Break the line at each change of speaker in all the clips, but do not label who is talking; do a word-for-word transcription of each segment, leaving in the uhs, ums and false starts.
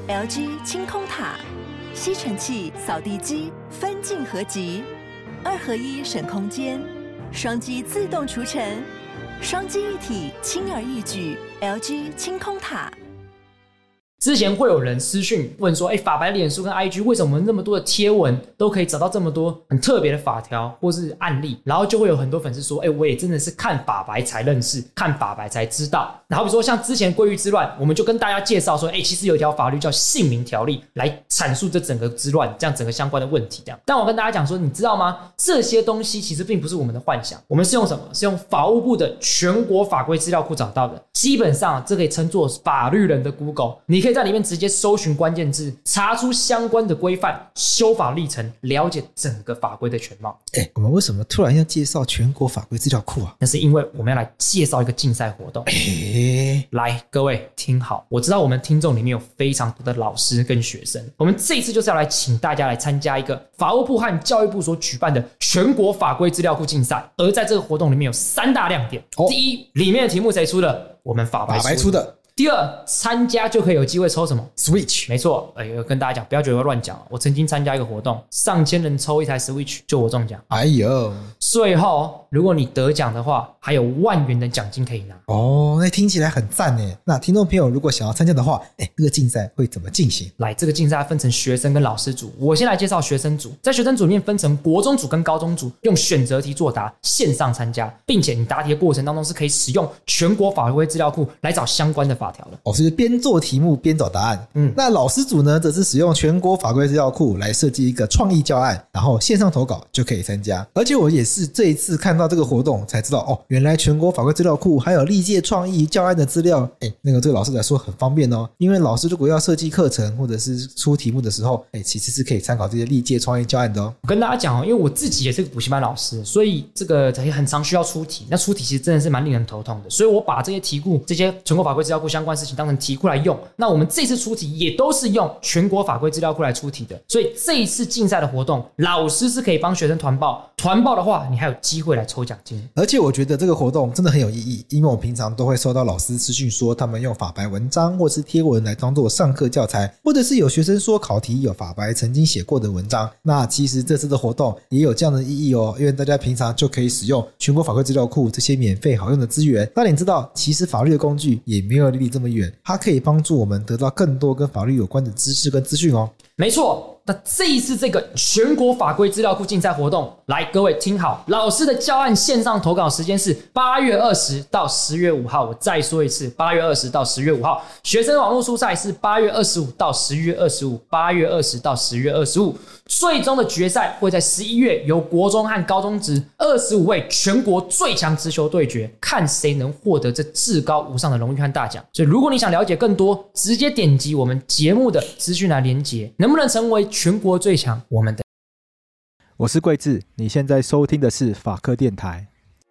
L G 清空塔，吸尘器、扫地机分镜合集，二合一省空间，双击自动除尘，双击一体轻而易举。L G 清空塔。
之前会有人私讯问说，哎，法白脸书跟 I G 为什么那么多的贴文都可以找到这么多很特别的法条或是案例，然后就会有很多粉丝说，哎，我也真的是看法白才认识，看法白才知道。然后比如说像之前鲑鱼之乱，我们就跟大家介绍说，哎，其实有一条法律叫姓名条例来阐述这整个之乱，这样整个相关的问题这样。但我跟大家讲说，你知道吗？这些东西其实并不是我们的幻想，我们是用什么？是用法务部的全国法规资料库找到的。基本上这可以称作法律人的 Google， 你可以在里面直接搜寻关键字，查出相关的规范、修法历程，了解整个法规的全貌。
哎，我们为什么突然要介绍全国法规资料库啊？
那是因为我们要来介绍一个竞赛活动。
哎，
来，各位听好，我知道我们听众里面有非常多的老师跟学生，我们这一次就是要来请大家来参加一个法务部和教育部所举办的全国法规资料库竞赛。而在这个活动里面有三大亮点。哦、第一，里面的题目谁出的？我们法白出的。第二，参加就可以有机会抽什么
Switch。
没错，哎，跟大家讲，不要觉得我乱讲，我曾经参加一个活动，上千人抽一台 Switch， 就我中奖。
哎呦，
税后如果你得奖的话，还有万元的奖金可以拿。
哦，那听起来很赞耶。那听众朋友如果想要参加的话，哎，这个竞赛会怎么进行？
来，这个竞赛分成学生跟老师组，我先来介绍学生组。在学生组里面分成国中组跟高中组，用选择题作答，线上参加，并且你答题的过程当中是可以使用全国法规资料库来找相关的法条的。
哦，是边做题目边找答案。嗯，那老师组呢，则是使用全国法规资料库来设计一个创意教案，然后线上投稿就可以参加。而且我也是这一次看到这个活动才知道，哦，原来全国法规资料库还有历届创意教案的资料。哎，那个对老师来说很方便哦，因为老师如果要设计课程或者是出题目的时候，哎，其实是可以参考这些历届创意教案的哦。
我跟大家讲哦，因为我自己也是个补习班老师，所以这个也很常需要出题。那出题其实真的是蛮令人头痛的，所以我把这些题库、这些全国法规资料库相关事情当成题库来用。那我们这次出题也都是用全国法规资料库来出题的，所以这一次竞赛的活动，老师是可以帮学生团报，团报的话，你还有机会来抽奖金。
而且我觉得这个活动真的很有意义，因为我平常都会收到老师私讯说，他们用法白文章或是贴文来当做上课教材，或者是有学生说考题有法白曾经写过的文章。那其实这次的活动也有这样的意义哦，因为大家平常就可以使用全国法规资料库这些免费好用的资源。那你知道，其实法律的工具也没有离你这么远，它可以帮助我们得到更多跟法律有关的知识跟资讯哦。
没错。那这一次这个全国法规资料库竞赛活动，来各位听好，老师的教案线上投稿时间是八月二十到十月五号。我再说一次，八月二十到十月五号。学生网络初赛是八月二十五到十月二十五，八月二十到十月二十五。最终的决赛会在十一月由国中和高中职二十五位全国最强职球对决，看谁能获得这至高无上的荣誉和大奖。所以如果你想了解更多，直接点击我们节目的资讯栏连结，能不能成为全国最强，我们的。
我是桂智，你现在收听的是法科电台。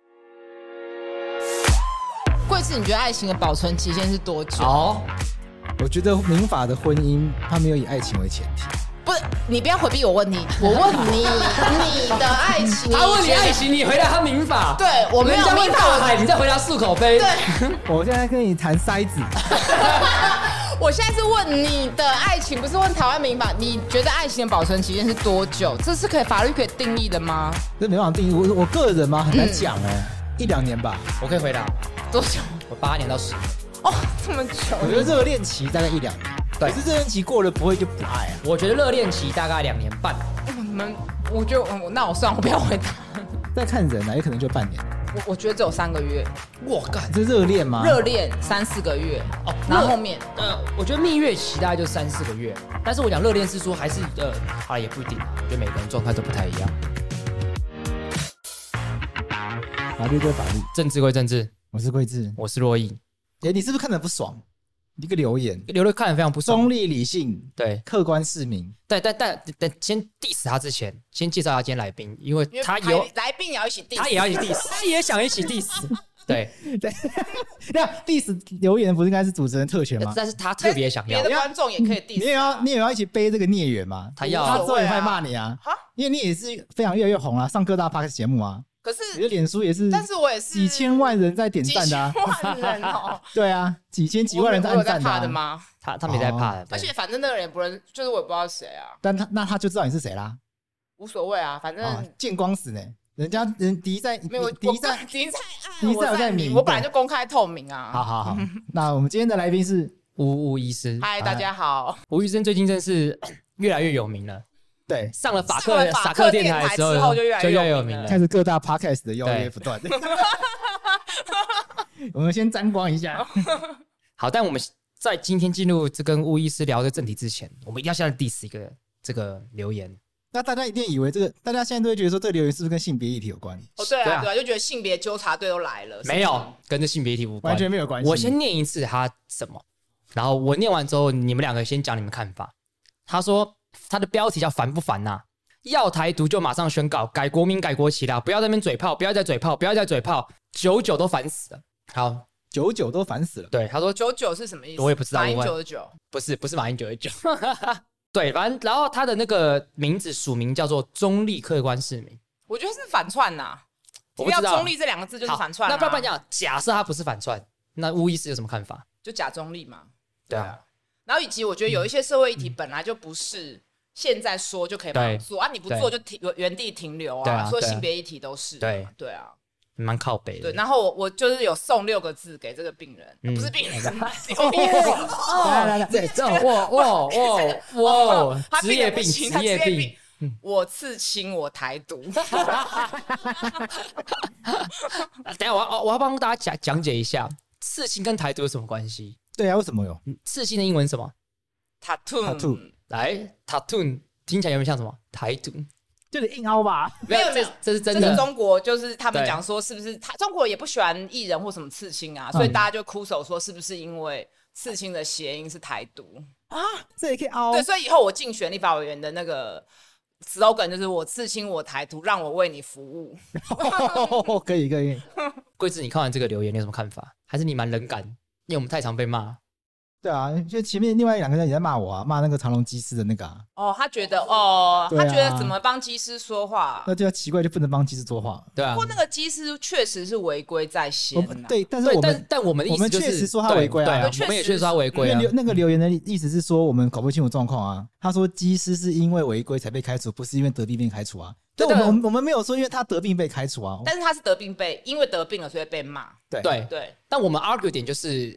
桂智，你觉得爱情的保存期限是多久？
哦，
我觉得民法的婚姻，它没有以爱情为前提。
不是，你不要回避我问题。我问你，你的爱情，
他问你爱情，你回答他民法。
对，我没有民法，
海，你再回答漱口杯。
对，
我现在跟你谈筛子。
我现在是问你的爱情，不是问台湾民法。你觉得爱情的保存期限是多久？这是可以法律可以定义的吗？
这没办法定义，我我个人嘛很难讲哎、欸嗯，一两年吧。
我可以回答
多久？
我八年到十年。
哦，这么久。
我觉得热恋期大概一两年。
对，
可是热恋期过了不会就不爱啊？
我觉得热恋期大概两年半。
你们，我觉得那我算我不要回答。
再看人啊，也可能就半年。
我我觉得只有三个月。
我干，
这热恋吗？
热恋三四个月哦，然后后面
呃，我觉得蜜月期大概就三四个月，但是我讲热恋是说还是呃，好了也不一定，我觉得每个人状态都不太一样。
法律归法律，
政治归政治。
我是桂智，
我是洛毅。
哎，你是不是看得不爽？一个留言，
留言看得非常不爽。
中立理性，
对，
客观市民。
对，但但但先 diss 他之前，先介绍他今天来宾，因为他有
来宾也要一起 diss，
他也要一起 diss， 他也想一起 diss。对
对，那 diss 留言不是应该是主持人特权吗？
但是他特别想要，
别的观众也可以 diss，
你也要你也要一起背这个孽缘嘛？
他要，
他之后也会骂你啊，因为你也是非常越来越红啊，上各大 podcast 节目啊。
可是
你的脸书也是，
但是我也是
几千万人在点赞的啊，
几千万人哦，
对啊，几千几万人在按赞的、啊、
的吗？
他他没在怕的，
而且反正那个人也不认，就是我也不知道谁啊。
但他那他就知道你是谁啦，
无所谓啊，反正、
哦、见光死呢。人家人敌在
没有
敌在
敌在暗，
敌在
我在明，我本来就公开透明啊。
好好好，那我们今天的来宾是
吴吴医师。
嗨，大家好。
吴医生最近真是越来越有名了。
对，
上了法克法克电台之后
就越来越有名了，
开始各大 podcast 的邀约不断。我们先沾光一下。
好，但我们在今天进入这跟吴医师聊的正题之前，我们一定要先来 diss 一个这个留言。
那大家一定以为这个，大家现在都会觉得说，这个留言是不是跟性别议题有关？
哦，对啊，
对啊，
对啊，就觉得性别纠察队都来了。
没有，跟这性别议题无关，
完全没有关系。
我先念一次他什么，然后我念完之后，你们两个先讲你们看法。他说他的标题叫烦不烦呐、啊？要台独就马上宣告改国民改国旗啦！不要在那边嘴炮，不要再嘴炮，不要再嘴炮，久久都烦死了。好，
久久都烦死了。
对，他说
九九是什么意思？
我也不知道。
马英九十九
不是不是马英九十九。对，反正然后他的那个名字署名叫做中立客观市民，
我觉得是反串呐、啊。
我不知道
中立这两个字就是反串、啊。
那不然讲，假设他不是反串，那巫医师有什么看法？
就假中立嘛。
对啊。
然后以及我觉得有一些社会议题本来就不是现在说就可以马上做啊，你不做就停原地停留啊。啊说性别议题都是。
对
对啊。
蛮靠北的。
对，然后我我就是有送六个字给这个病人，嗯、不是病人，
来来来，这这哇哇哇哇，职业病，职业病。
我刺青，我台独。
等一下，我要我要帮大家讲讲解一下，刺青跟台独有什么关系？
对啊，为什么有？
刺青的英文是什么
？tattoo。
来 ，tattoo 听起来有没有像什么台独？
就是硬凹吧，
没有没有，
这是真的。
这是中国，就是他们讲说，是不是他中国也不喜欢艺人或什么刺青啊，所以大家就哭手说，是不是因为刺青的谐音是台独
啊？这也可以凹？
对，所以以后我竞选立法委员的那个 slogan 就是我刺青我台独，让我为你服务。
可以可以。
桂枝，你看完这个留言，你有什么看法？还是你蛮冷感？因为我们太常被骂。
对啊，就前面另外两个人也在骂我啊，骂那个长隆机师的那个啊。
哦，他觉得哦，
啊、
他觉得怎么帮机师说话？
那就要奇怪，就不能帮机师说话。
对啊。
不过那个机师确实是违规在先、啊。
对，但是我们
但但我们的意思就是，
我们确实说他违规啊，
对啊，我们也确实说他违规啊。
那个留言的意思是说，我们搞不清楚状况啊。他说机师是因为违规才被开除，不是因为得病被开除啊。对，我们我们没有说因为他得病被开除啊，
但是他是得病被，因为得病了所以被骂。
对
对
对，
但我们 argue 点就是，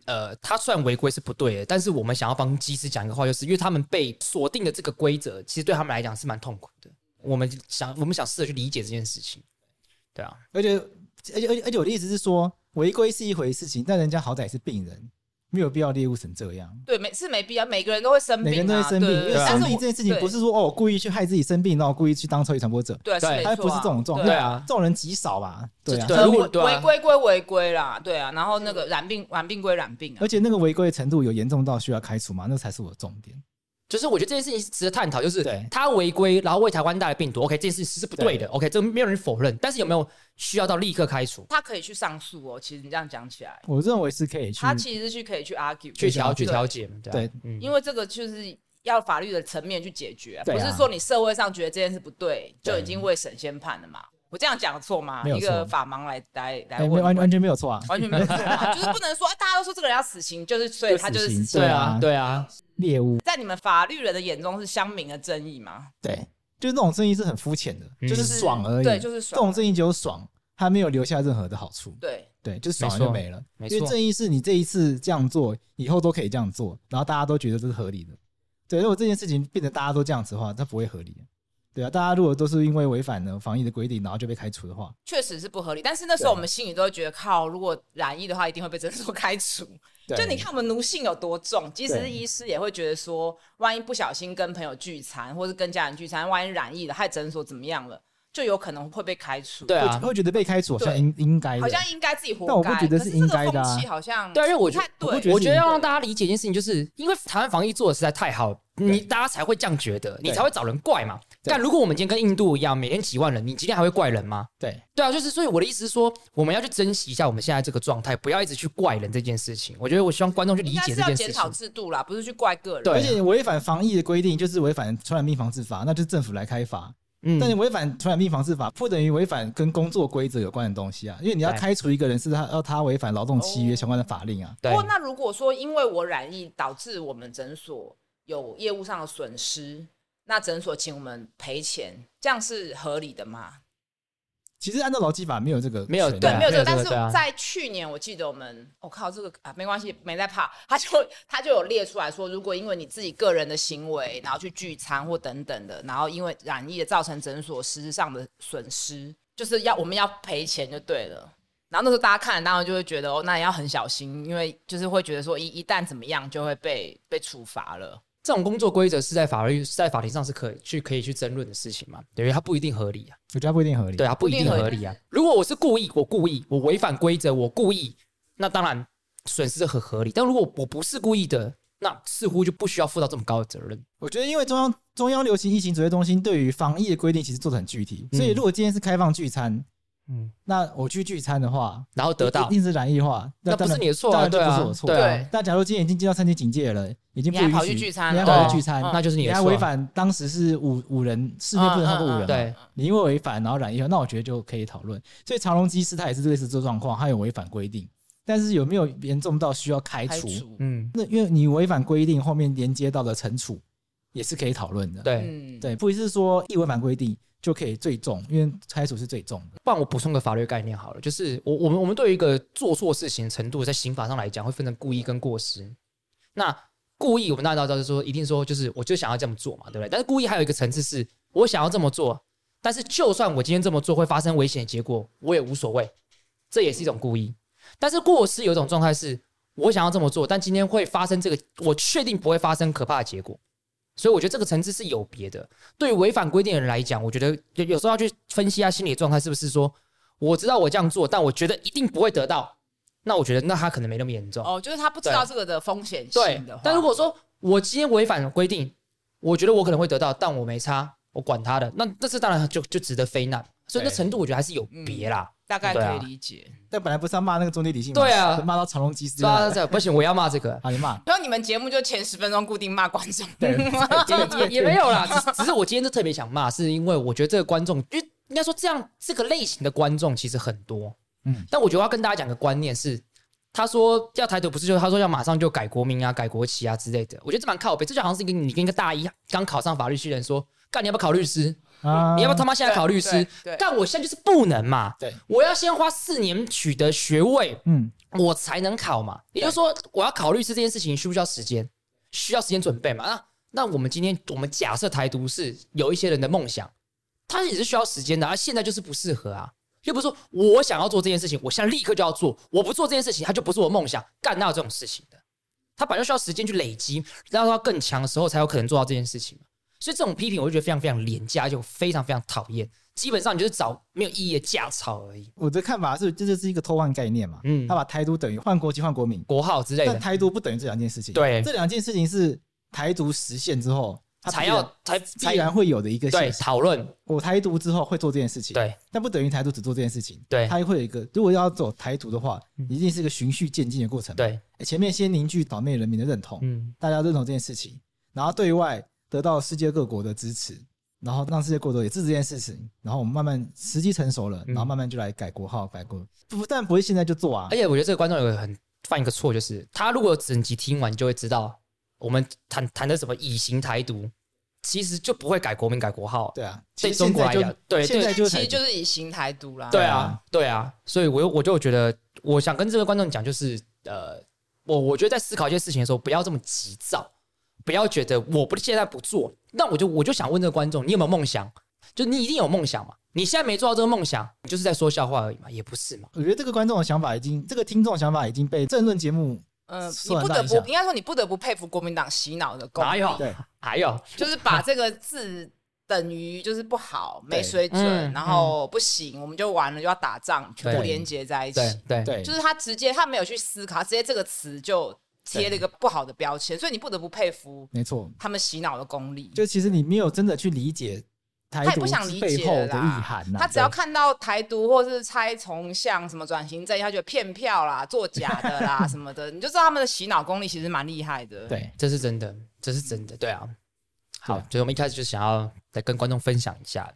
呃，他虽然违规是不对的，但是我们想要帮机师讲一个话，就是因为他们被锁定的这个规则，其实对他们来讲是蛮痛苦的。我们想，我们想试着去理解这件事情。对啊，
而且而且而且而且我的意思是说，违规是一回事情，但人家好歹也是病人。没有必要猎物成这样，
对，没是没必要，每个人都会生病、啊，
每个人都会生病，因为生病这件事情不是说哦故意去害自己生病，然后故意去当超级传播者，
对，
对，他不是这种状况，
对啊，
这种人极少吧，对啊，
对，如果
违规归违规啦，对啊，然后那个染病染病归染病啊，
而且那个违规的程度有严重到需要开除吗？那才是我的重点。
就是我觉得这件事情是值得探讨，就是他违规，然后为台湾带来病毒 ，OK， 这件事情是不对的 ，OK， 这没有人否认，但是有没有需要到立刻开除？
他可以去上诉哦。其实你这样讲起来，
我认为是可以去，
他其实是去可以去 argue，
去调去调解，
对，
对
嗯，
因为这个就是要法律的层面去解决、啊，不是说你社会上觉得这件事不对，就已经未审先判了嘛。我这样讲错吗？一个法盲来来来问，
完完全没有错啊，
完全没有错啊，就是不能说、啊、大家都说这个人要死刑，就是所以他就是死刑，
对啊，对啊，
猎物
在你们法律人的眼中是乡民的正义吗？
对，就是那种正义是很肤浅的、嗯，就是爽而已，
对，就是爽，
这种正义只有爽，他没有留下任何的好处，
对
对，就是爽了就没了，
没错，
因为正义是你这一次这样做，以后都可以这样做，然后大家都觉得这是合理的，对，如果这件事情变成大家都这样子的话，它不会合理的。对啊，大家如果都是因为违反了防疫的规定，然后就被开除的话，
确实是不合理。但是那时候我们心里都会觉得，靠，如果染疫的话，一定会被诊所开除。就你看我们奴性有多重，即使是医师也会觉得说，万一不小心跟朋友聚餐，或是跟家人聚餐，万一染疫了，害诊所怎么样了，就有可能会被开除。
对啊，
会, 会觉得被开除好像应应该的，
好像应该自己活该。
但我不觉得是应该的、啊。
可是这个风气好像
对，因为我觉得，
我
我觉得要让大家理解一件事情，就是因为台湾防疫做的实在太好，你大家才会这样觉得，你才会找人怪嘛。但如果我们今天跟印度一样，每天几万人，你今天还会怪人吗？
对，
对啊，就是所以我的意思是说，我们要去珍惜一下我们现在这个状态，不要一直去怪人这件事情。我觉得我希望观众去理解这件事情。应该是要检
讨制度啦，不是去怪个人。
对，而且违反防疫的规定就是违反传染病防治法，那就是政府来开罚。
嗯，
但你违反传染病防治法，不等于违反跟工作规则有关的东西啊，因为你要开除一个人是他要他违反劳动契约相关的法令啊。
不过那如果说因为我染疫导致我们诊所有业务上的损失，那诊所请我们赔钱，这样是合理的吗？
其实按照劳基法没有这个，
没有
对，没有这个。但是
啊、
在去年，我记得我们，我、哦、靠，这个啊，没关系，没在怕。他就他就有列出来说，如果因为你自己个人的行为，然后去聚餐或等等的，然后因为染疫造成诊所实质上的损失，就是要我们要赔钱就对了。然后那时候大家看了，当然就会觉得哦，那也要很小心，因为就是会觉得说一一旦怎么样就会被被处罚了。
这种工作规则是在法律在法庭上是可以去可以去争论的事情嘛？对，因为它不一定合理啊。
我觉得它不一定合理。
对啊，不一定合理啊。如果我是故意，我故意，我违反规则，我故意，那当然损失很合理。但如果我不是故意的，那似乎就不需要负到这么高的责任。
我觉得，因为中央中央流行疫情指挥中心对于防疫的规定其实做得很具体，所以如果今天是开放聚餐。嗯，那我去聚餐的话，
然后得到
一定是染疫的话，
那不是你的错啊，
当然就不是我错。
对啊，
那假如今天已经进到三级警戒了，已经不允许，
你还跑去聚餐，
你还跑去聚餐，
那就是你的错。
你还违反当时是五五人室内不能超过五人嘛？对，你因为违反然后染疫，那我觉得就可以讨论。所以长荣机师他也是类似这个状况，他有违反规定，但是有没有严重到需要开除？嗯，那因为你违反规定，后面连接到的惩处也是可以讨论的。
对、
嗯、
对，不是说一违反规定就可以最重，因为开除是最重的。
不然我补充个法律概念好了，就是我我们我们对于一个做错事情的程度，在刑法上来讲，会分成故意跟过失。那故意我们大家都知道，就是说一定说就是我就想要这么做嘛，对不对？但是故意还有一个层次是，我想要这么做，但是就算我今天这么做会发生危险的结果，我也无所谓，这也是一种故意。但是过失有一种状态是，我想要这么做，但今天会发生这个，我确定不会发生可怕的结果。所以我觉得这个层次是有别的。对于违反规定的人来讲，我觉得有时候要去分析一下心理状态是不是说，我知道我这样做，但我觉得一定不会得到，那我觉得那他可能没那么严重。
哦，就是他不知道这个的风险性的话。
但如果说我今天违反规定，我觉得我可能会得到，但我没差，我管他的，那那这当然就就值得非难。所以那程度我觉得还是有别啦。
嗯，大概可以理解。
啊、但本来不是要骂那个中间理性吗？
对啊，
骂到长荣机师。
不行，我要骂这个。
好，你骂。
然后你们节目就前十分钟固定骂观众。
对，
也也也没有啦，只只是我今天就特别想骂，是因为我觉得这个观众，因为应该说这样这个类型的观众其实很多。嗯，但我觉得我要跟大家讲个观念是，他说要台独不是就他说要马上就改国名啊、改国旗啊之类的，我觉得这蛮靠北，这就好像是一个你跟一个大一刚考上法律系的人说，干你要不要考律师？啊、你要不要他妈现在考律师？但我现在就是不能嘛，对，我要先花四年取得学位，嗯，我才能考嘛。也就是说，我要考律师这件事情需不需要时间？需要时间准备嘛？那那我们今天我们假设台独是有一些人的梦想，它也是需要时间的，而、啊、现在就是不适合啊。又不是说我想要做这件事情，我现在立刻就要做，我不做这件事情，它就不是我梦想，干哪有这种事情的？它本来就需要时间去累积，让它更强的时候才有可能做到这件事情嘛。所以这种批评我就觉得非常非常廉价，就非常非常讨厌。基本上你就是找没有意义的架吵而已。
我的看法是，这就是一个偷换概念嘛。嗯，他把台独等于换国旗、换国民、
国号之类的。
但台独不等于这两件事情。
对，
这两件事情是台独实现之后
才要才
必然会有的一个
对讨论。
我台独之后会做这件事情，
对，但
不等于台独只做这件事情。
对，
它会有一个，如果要走台独的话，一定是一个循序渐进的过程。
对，
前面先凝聚岛内人民的认同，嗯，大家认同这件事情，然后对外得到世界各国的支持，然后让世界各国也支持这件事情，然后我们慢慢时机成熟了，然后慢慢就来改国号、改国，不但不会现在就做啊。
而且我觉得这个观众有个很犯一个错，就是他如果整集听完就会知道，我们谈谈的什么以形台独，其实就不会改国民、改国号。
对啊，
对中国来讲，对，
现在就
其实就是以形台独啦。
对啊，对啊，所以我我就觉得，我想跟这个观众讲，就是呃，我我觉得在思考一些事情的时候，不要这么急躁。不要觉得我不现在不做，那我就我就想问这个观众，你有没有梦想？就你一定有梦想嘛？你现在没做到这个梦想，你就是在说笑话而已嘛？也不是嘛？
我觉得这个观众的想法已经，这个听众的想法已经被政论节目
呃，你不得不应该说你不得不佩服国民党洗脑的功力。
哪有？
对，
还有
就是把这个字等于就是不好、没水准，嗯、然后不行，嗯、我们就完了，就要打仗，全部连接在一起。
对 对, 对，
就是他直接他没有去思考，直接这个词就。贴了一个不好的标签，所以你不得不佩服，
没错，
他们洗脑的功力。
就其实你没有真的去理解台独背后的意涵、啊，
他只要看到台独或是猜从像什么转型正义，他觉得骗票啦、作假的啦什么的，你就知道他们的洗脑功力其实蛮厉害的。
对，这是真的，这是真的，对啊。好，所以我们一开始就想要来跟观众分享一下。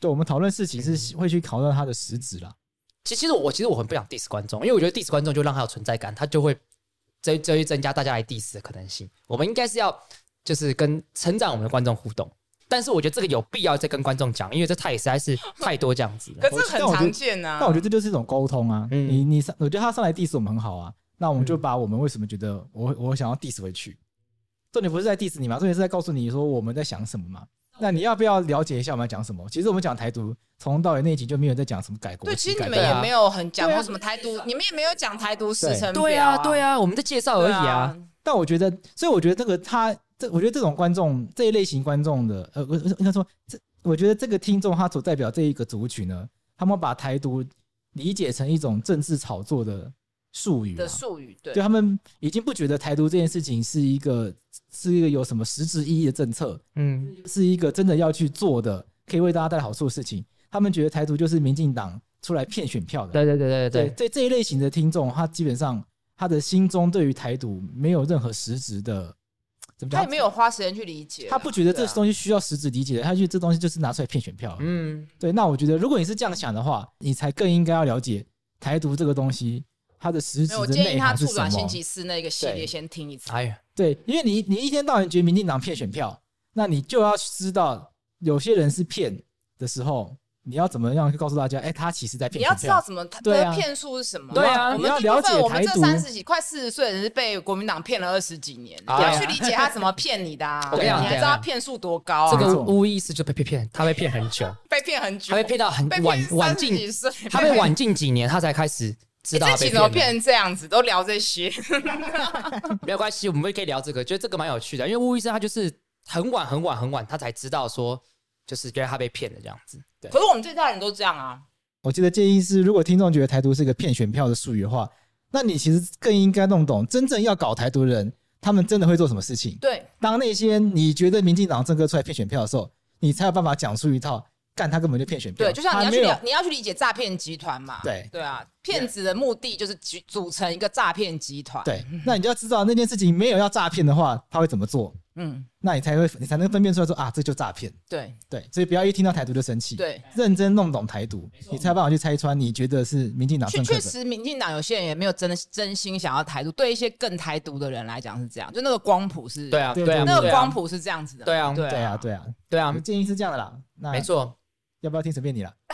对，我们讨论事情是会去讨论它的实质啦。
其实我其实我很不想 diss 观众，因为我觉得 diss 观众就让他有存在感，他就会这这会增加大家来 diss 的可能性。我们应该是要就是跟成长我们的观众互动，但是我觉得这个有必要再跟观众讲，因为这太实在是太多这样子了。
可是很常见啊。
但我觉得这就是一种沟通啊。
嗯、
你你我觉得他上来 diss 我们很好啊，那我们就把我们为什么觉得我我想要 diss 回去。重点不是在 diss 你嘛，重点是在告诉你说我们在想什么嘛。那你要不要了解一下我们要讲什么？其实我们讲台独，从头到尾那一集就没有在讲什么改国旗。
对，其实你们也没有很讲过什么台独，你们也没有讲台独时程表。
对啊，对啊，我们在介绍而已啊。啊
但我觉得，所以我觉得这个他，这我觉得这种观众这一类型观众的，呃，应该说，这我觉得这个听众他所代表这一个族群呢，他们把台独理解成一种政治炒作的术语、啊、
的术语，对，
就他们已经不觉得台独这件事情是一个是一个有什么实质意义的政策，嗯，是一个真的要去做的，可以为大家带来好处的事情。他们觉得台独就是民进党出来骗选票的。
对对对对对，
对，这这一类型的听众，他基本上他的心中对于台独没有任何实质的，怎么讲？
他也没有花时间去理解，
他不觉得这东西需要实质理解的，他觉得这东西就是拿出来骗选票。嗯，对。那我觉得，如果你是这样想的话，你才更应该要了解台独这个东西。它的实质的内涵是什么？我建议他
触转星期四那个系列先听一次。
哎呀，对，因为你你一天到晚觉得民进党骗选票，那你就要知道有些人是骗的时候，你要怎么样去告诉大家？哎、欸，他其实在骗选票。
你要知道怎么他的骗术是什么？
对啊，
我们
要了解台独。
我们这三十几快四十岁的人是被国民党骗了二十几年，你、啊、要去理解他怎么骗你的、啊。
我跟你讲，
你还知道他骗术多高啊？
这个无意识就被骗，他被骗很久，
被骗很久，
他被骗到很晚晚近，他被晚近几年，他才开始。知道、欸、
这期怎么变成这样子？都聊这些，
没有关系，我们可以聊这个，觉得这个蛮有趣的。因为巫医生他就是很晚很晚很晚，他才知道说，就是觉得他被骗了这样子。对，
可是我们这代人都这样啊。
我记得建议是，如果听众觉得台独是一个骗选票的术语的话，那你其实更应该弄懂，真正要搞台独的人，他们真的会做什么事情。
对，
当那些你觉得民进党政客出来骗选票的时候，你才有办法讲出一套。干他根本就骗选票，
对，就像你要去了，你要去理解诈骗集团嘛，
对
对啊，骗子的目的就是组成一个诈骗集团，
对，那你就要知道那件事情没有要诈骗的话，他会怎么做，嗯，那你才会你才能分辨出来说啊，这就诈骗，
对
对，所以不要一听到台独就生气，
对，
认真弄懂台独，你才有办法去拆穿你觉得是民进党政客的。
确实，民进党有些人也没有真的真心想要台独，对一些更台独的人来讲是这样，就那个光谱是，
对啊，对啊，
那个光谱是这样子的，
对啊，
对啊，对啊，
对啊，
建议是这样的啦，那
没错。
要不要听随便你了？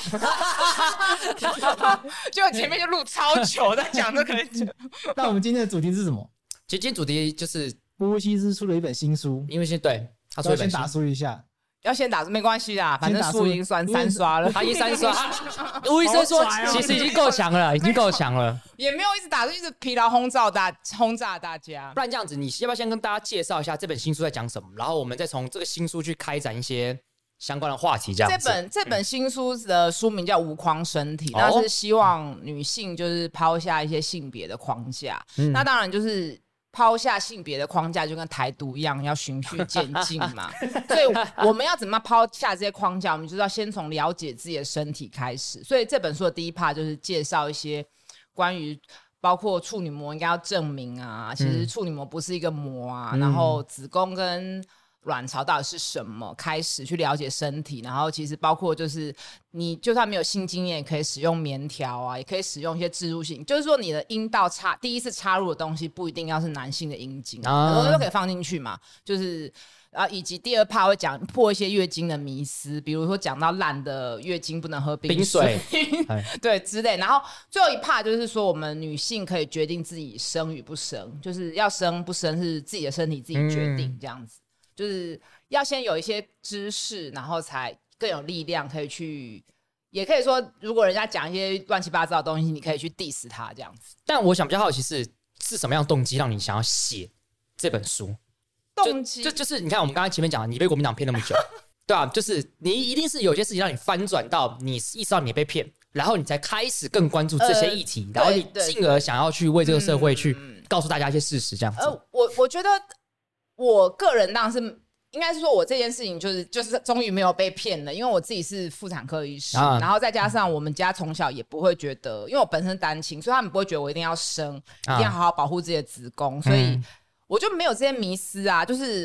就前面就录超久在讲这个。
那我们今天的主题是什么？
其实今天主题就是
巫医师出了一本新书，
因为先对他出了一本
先打书一下，
要先打没关系啦，反正书已经算三刷了，
他已经三刷。巫医生说，其实已经够强了，已经够强了，
也没有一直打，就一直疲劳轰炸大轰炸大家。
不然这样子，你要不要先跟大家介绍一下这本新书在讲什么？然后我们再从这个新书去开展一些。相关的话题这样子。
这本这本新书的书名叫《无框身体》，那、哦、是希望女性就是抛下一些性别的框架。嗯、那当然就是抛下性别的框架，就跟台独一样，要循序渐进嘛。所以我们要怎么抛下这些框架？我们就是要先从了解自己的身体开始。所以这本书的第一 part 就是介绍一些关于。包括处女膜应该要证明啊，其实处女膜不是一个膜啊，嗯、然后子宫跟卵巢到底是什么，开始去了解身体，然后其实包括就是你就算没有性经验，也可以使用棉条啊，也可以使用一些置入性，就是说你的阴道插第一次插入的东西不一定要是男性的阴茎，很多都可以放进去嘛，就是啊，以及第二 part 会讲破一些月经的迷思，比如说讲到烂的月经不能喝冰水，冰水对之类。然后最后一 part 就是说，我们女性可以决定自己生与不生，就是要生不生是自己的身体自己决定，这样子、嗯、就是要先有一些知识，然后才更有力量可以去。也可以说，如果人家讲一些乱七八糟的东西，你可以去 diss 他这样子。
但我想比较好奇是是什么样的动机让你想要写这本书？
动机
就, 就, 就是你看我们刚才前面讲的，你被国民党骗那么久，对啊，就是你一定是有些事情让你翻转到你意识到你被骗，然后你才开始更关注这些议题，呃、然后你进而想要去为这个社会去告诉大家一些事实，这样子。呃，
我我觉得我个人当然是应该是说，我这件事情就是就是终于没有被骗了，因为我自己是妇产科医师、啊，然后再加上我们家从小也不会觉得，因为我本身单亲，所以他们不会觉得我一定要生，啊、一定要好好保护自己的子宫，所以。嗯我就没有这些迷思啊，就是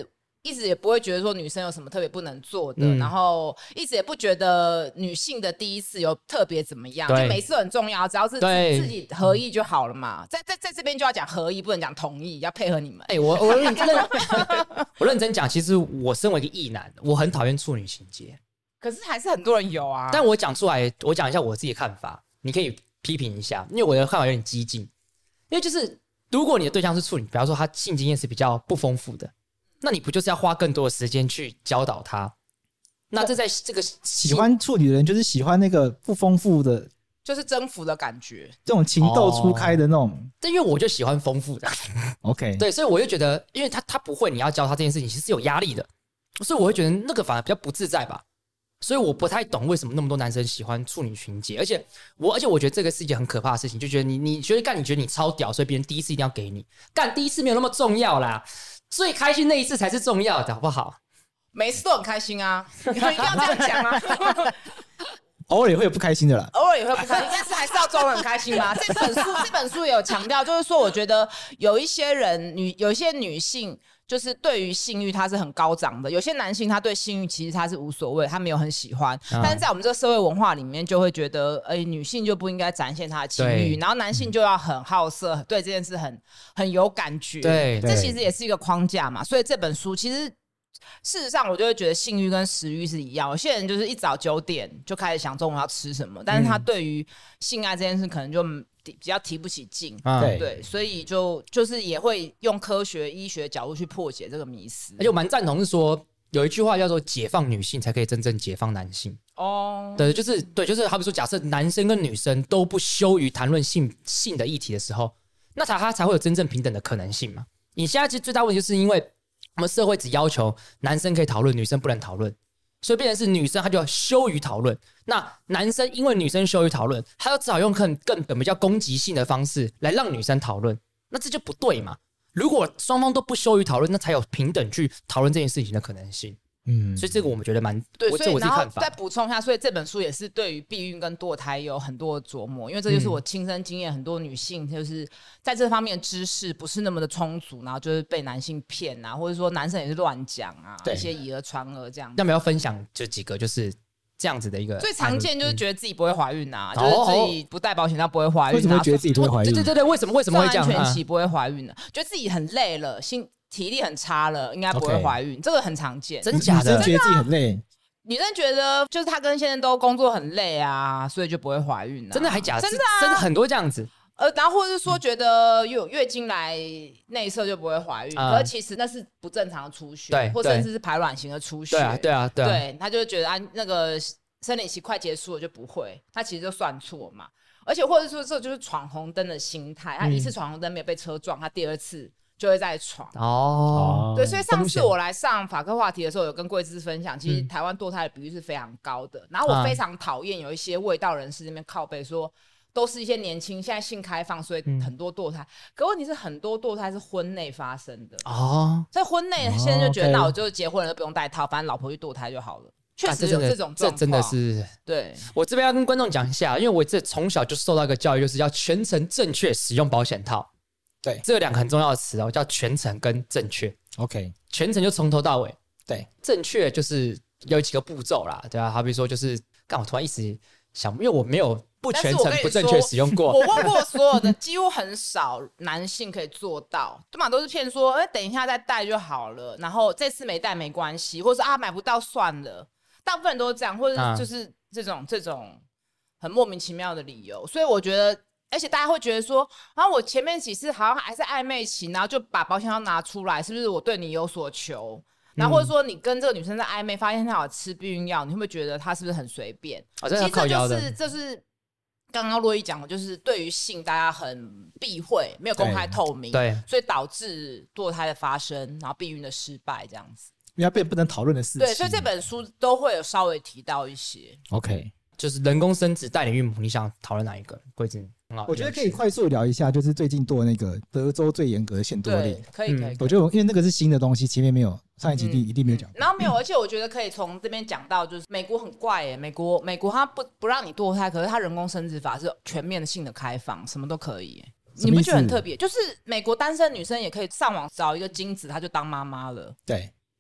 一直也不会觉得说女生有什么特别不能做的，
嗯、
然后一直也不觉得女性的第一次有特别怎么样，就每次都很重要，只要是自己合意就好了嘛。在在在这边就要讲合意，不能讲同意，要配合你们。
哎、欸，我我认真我认真讲，其实我身为一个异男，我很讨厌处女情节，
可是还是很多人有啊。
但我讲出来，我讲一下我自己的看法，你可以批评一下，因为我的看法有点激进。因为就是如果你的对象是处女，比方说他性经验是比较不丰富的。那你不就是要花更多的时间去教导他？那这在这个
喜欢处女的人，就是喜欢那个不丰富的，
就是征服的感觉，
这种情窦初开的那种。
但、哦、因为我就喜欢丰富的
，OK，
对，所以我就觉得，因为他他不会，你要教他这件事情，其实是有压力的，所以我会觉得那个反而比较不自在吧。所以我不太懂为什么那么多男生喜欢处女情节，而且我而且我觉得这个是一件很可怕的事情，就觉得你你觉得干，你觉得你超屌，所以别人第一次一定要给你干，第一次没有那么重要啦。最开心那一次才是重要的，好不好？
每次都很开心啊，你们一定要这样讲啊。
偶尔也会有不开心的啦，
偶尔也会不开心，但是还是要装得很开心嘛。这本书这本书也有强调，就是说，我觉得有一些人女，有一些女性，就是对于性欲她是很高涨的；有些男性他对性欲其实他是无所谓，他没有很喜欢。嗯、但是在我们这个社会文化里面，就会觉得，哎、欸，女性就不应该展现她的情欲，然后男性就要很好色，对这件事很很有感觉。
对，
这其实也是一个框架嘛。所以这本书其实。事实上，我就会觉得性欲跟食欲是一样。有些人就是一早九点就开始想中午要吃什么，但是他对于性爱这件事可能就比较提不起劲，嗯、对，所以就就是也会用科学医学角度去破解这个迷思。
而且我蛮赞同是说，有一句话叫做"解放女性，才可以真正解放男性"。哦，对，就是对，就是好比说，假设男生跟女生都不羞于谈论性性的议题的时候，那他他才会有真正平等的可能性嘛。你现在其实最大问题就是因为。我们社会只要求男生可以讨论，女生不能讨论，所以变成是女生她就要羞于讨论。那男生因为女生羞于讨论，他就只好用更更比较攻击性的方式来让女生讨论，那这就不对嘛。如果双方都不羞于讨论，那才有平等去讨论这件事情的可能性。嗯，所以这个我们觉得蛮
对，
我
所以然后再
补
补充一下，所以这本书也是对于避孕跟堕胎有很多的琢磨，因为这就是我亲身经验，很多女性就是在这方面知识不是那么的充足，然后就是被男性骗啊，或者说男生也是乱讲啊，一些以讹传讹这样。
要不要分享就几个就是这样子的一个？
最常见就是觉得自己不会怀孕啊，嗯、就是自己不戴保险套不会怀孕、啊。
为什么会觉得自己不会怀孕？
对对对对，为什么为什么会这样？
安全期不会怀孕呢、啊？觉得自己很累了，心。体力很差了，应该不会怀孕， okay. 这个很常见。
真假的？
女生觉得自己很累，
女生觉得就是她跟先生都工作很累啊，所以就不会怀孕、啊。
真的还假的？
真的啊，
真的很多这样子。
呃，然后或者是说觉得有月经来内射就不会怀孕，嗯、可是其实那是不正常的出血，
对，
或甚至是排卵型的出血。
对啊，对啊，对啊。
对，他就觉得啊，那个生理期快结束了就不会，他其实就算错嘛。而且或者说这就是闯红灯的心态，他一次闯红灯没有被车撞，他第二次。就会在闯哦，对，所以上次我来上法科话题的时候，有跟贵枝分享，其实台湾堕胎的比率是非常高的。然后我非常讨厌有一些卫道人士那边靠背说，都是一些年轻，现在性开放，所以很多堕胎。嗯、可问题是，很多堕胎是婚内发生的哦，所以婚内现在就觉得，哦、那我就结婚了，就不用戴套，反正老婆去堕胎就好了。确实有这种状况，
这真的是
对。
我这边要跟观众讲一下，因为我这从小就受到一个教育，就是要全程正确使用保险套。
对，
这两个很重要的词哦，叫全程跟正确。
OK，
全程就从头到尾。
对，
正确就是有几个步骤啦，对啊，好比说就是，干我突然一时想，因为我没有不全程不正确使用过。
我问过所有的，几乎很少男性可以做到，对嘛？都是骗说，哎，等一下再戴就好了，然后这次没戴没关系，或者是啊买不到算了，大部分人都是这样，或者就是这种、嗯、这种很莫名其妙的理由，所以我觉得。而且大家会觉得说，然、啊、后我前面几次好像还是暧昧期，然后就把保险套拿出来，是不是我对你有所求？然后或者说你跟这个女生在暧昧，发现她有吃避孕药，你会不会觉得她是不是很随便？
哦、这其实这就是
这是刚刚洛伊讲的，就是对于性大家很避讳，没有公开透明，
对，
所以导致堕胎的发生，然后避孕的失败这样子，
因为它变不能讨论的事情。
对，所以这本书都会有稍微提到一些。
OK，
就是人工生殖代理孕母，你想讨论哪一个？贵枝？
我觉得可以快速聊一下，就是最近做那个德州最严格的限堕令，
可以可以、嗯。
我觉得因为那个是新的东西，前面没有，上一集一定没有讲、嗯嗯。
然后没有，而且我觉得可以从这边讲到，就是美国很怪耶，美国美国它不不让你堕胎，可是它人工生殖法是全面性的开放，什么都可以耶。你不觉得很特别？就是美国单身女生也可以上网找一个精子，她就当妈妈了。
对。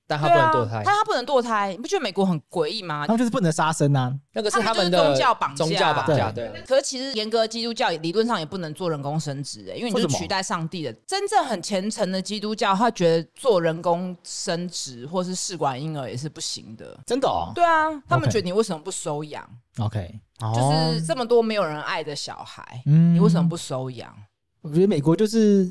但他不能堕胎，
但他不能堕胎，你不觉得美国很诡异吗？
他们就是不能杀生啊，
那个是他们的
宗教绑架，
宗教绑架，对。
可是其实严格基督教理论上也不能做人工生殖、欸，因为你就是取代上帝的。真正很虔诚的基督教，他觉得做人工生殖或是试管婴儿也是不行的。
真的哦？
对啊，他们觉得你为什么不收养
？OK，
就是这么多没有人爱的小孩，
嗯，
你为什么不收养？
我觉得美国就是。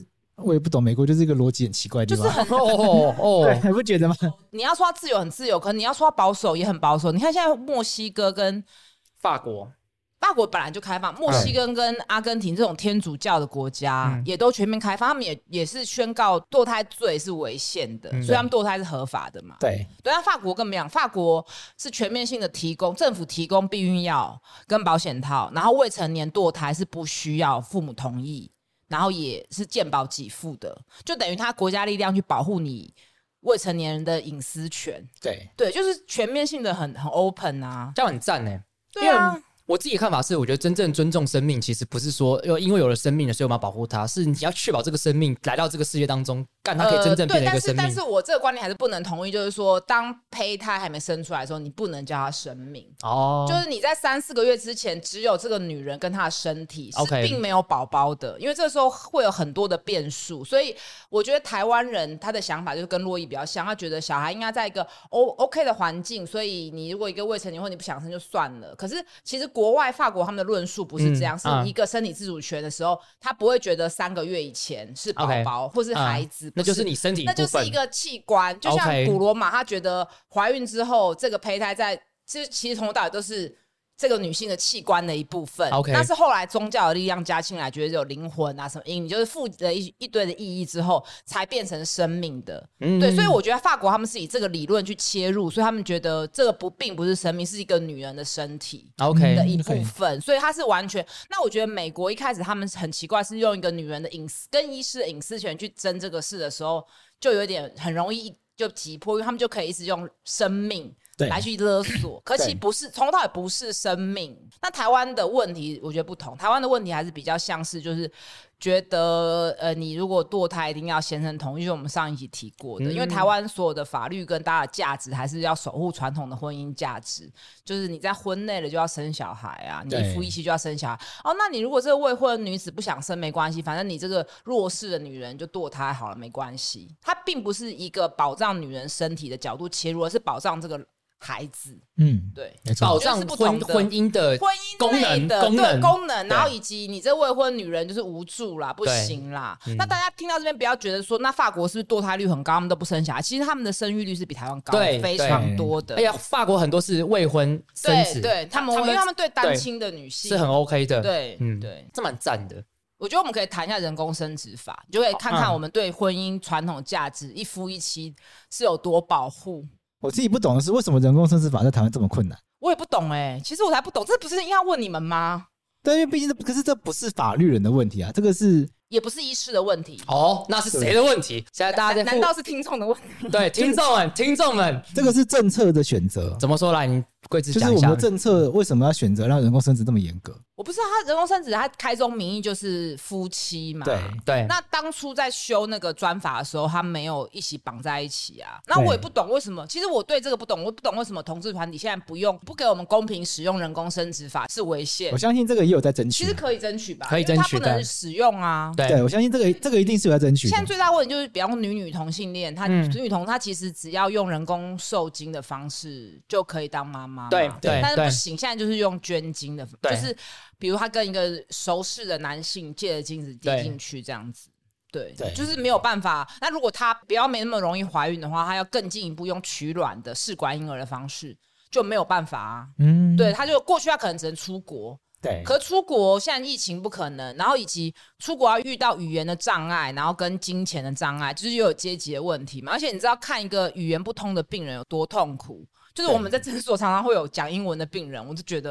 我也不懂，美国就是一个逻辑很奇怪的地方，
就是很
哦哦，
对，你不觉得吗？
你要说它自由很自由，可能你要说它保守也很保守。你看现在墨西哥跟
法国，
法国本来就开放，墨西哥跟阿根廷这种天主教的国家、嗯、也都全面开放，他们也也是宣告堕胎罪是违宪的、嗯，所以他们堕胎是合法的嘛。
对，
对，但法国更不一样，法国是全面性的提供政府提供避孕药跟保险套，然后未成年堕胎是不需要父母同意。然后也是健保给付的，就等于他国家力量去保护你未成年人的隐私权。
对
对，就是全面性的很很 open 啊，
这样很赞耶。
对啊。
我自己的看法是，我觉得真正尊重生命，其实不是说因为有了生命了，所以我们要保护它，是你要确保这个生命来到这个世界当中，干它可以真正变成一个生命。
呃、但是，但是我这个观念还是不能同意，就是说，当胚胎还没生出来的时候，你不能叫它生命。哦，就是你在三四个月之前，只有这个女人跟她的身体是并没有宝宝的， okay. 因为这时候会有很多的变数。所以，我觉得台湾人他的想法就是跟洛伊比较像，他觉得小孩应该在一个 OK 的环境，所以你如果一个未成年或你不想生就算了。可是，其实国外法国他们的论述不是这样，嗯、是一个身体自主权的时候，他不会觉得三个月以前是宝宝、okay. 或是孩子、嗯，
那就是你身体一部分，
那就是一个器官，就像古罗马，他觉得怀孕之后这个胚胎在，其实其实从头到尾都是这个女性的器官的一部分。Okay. 但是后来宗教的力量加进来，觉得有灵魂啊什么阴，你就是附了一一堆的意义之后，才变成生命的。嗯、对，所以我觉得法国他们是以这个理论去切入，所以他们觉得这个不并不是生命，是一个女人的身体的一部分。Okay. 所以它是完全。那我觉得美国一开始他们很奇怪，是用一个女人的隐私跟医师的隐私权去争这个事的时候，就有点很容易就急迫，因为他们就可以一直用生命来去勒索，可其实不是，从头到尾不是生命。那台湾的问题我觉得不同，台湾的问题还是比较像是就是觉得呃，你如果堕胎一定要先生同意，就是我们上一集提过的、嗯、因为台湾所有的法律跟大家的价值还是要守护传统的婚姻价值，就是你在婚内了就要生小孩啊，你一夫一妻就要生小孩哦。那你如果这个未婚女子不想生没关系，反正你这个弱势的女人就堕胎好了没关系。它并不是一个保障女人身体的角度切入，而是保障这个孩子，
嗯，
对，
保障婚婚姻的
婚姻
功能
的
功能
功能，然后以及你这未婚女人就是无助啦，不行啦、嗯。那大家听到这边不要觉得说，那法国是不是堕胎率很高，他们都不生小孩？其实他们的生育率是比台湾高非常多的。
哎呀，法国很多是未婚生子，
对对，他们因为他们对单亲的女性
是很 OK 的，
对，嗯，对，
这蛮赞的。
我觉得我们可以谈一下人工生殖法，你就可以看看我们对婚姻传统价值、嗯、一夫一妻是有多保护。
我自己不懂的是，为什么人工生殖法在台湾这么困难？
我也不懂哎、欸，其实我才不懂，这不是应该问你们吗？
对，因为毕竟可是这不是法律人的问题啊，这个是
也不是医师的问题
哦，那是谁的问题？现在大家在
难道是听众的问题？
对，听众们，听众们，
这个是政策的选择。
怎么说来？你贵子讲一下，
就是我们的政策为什么要选择让人工生殖这么严格？
我不知道，他人工生殖他开宗明义就是夫妻嘛。
对
对。
那当初在修那个专法的时候，他没有一起绑在一起啊。那我也不懂为什么。其实我对这个不懂，我不懂为什么同志团体现在不用不给我们公平使用人工生殖法是违宪。
我相信这个也有在争取。
其实可以争取吧，
可以争取的。
因为他不能使用啊。
对，
对我相信这个这个一定是有在争取的。
现在最大问题就是，比方说女女同性恋，她、嗯、女女同她其实只要用人工受精的方式就可以当妈妈。
对对。
但是不行，现在就是用捐精的，就是比如她跟一个熟识的男性借了精子滴进去这样子。对, 对，就是没有办法。那如果她不要没那么容易怀孕的话，她要更进一步用取卵的试管婴儿的方式，就没有办法啊。嗯，对，她就过去她可能只能出国。
对，
可出国现在疫情不可能，然后以及出国要遇到语言的障碍，然后跟金钱的障碍，就是又有阶级的问题嘛。而且你知道看一个语言不通的病人有多痛苦，就是我们在诊所常常会有讲英文的病人，我就觉得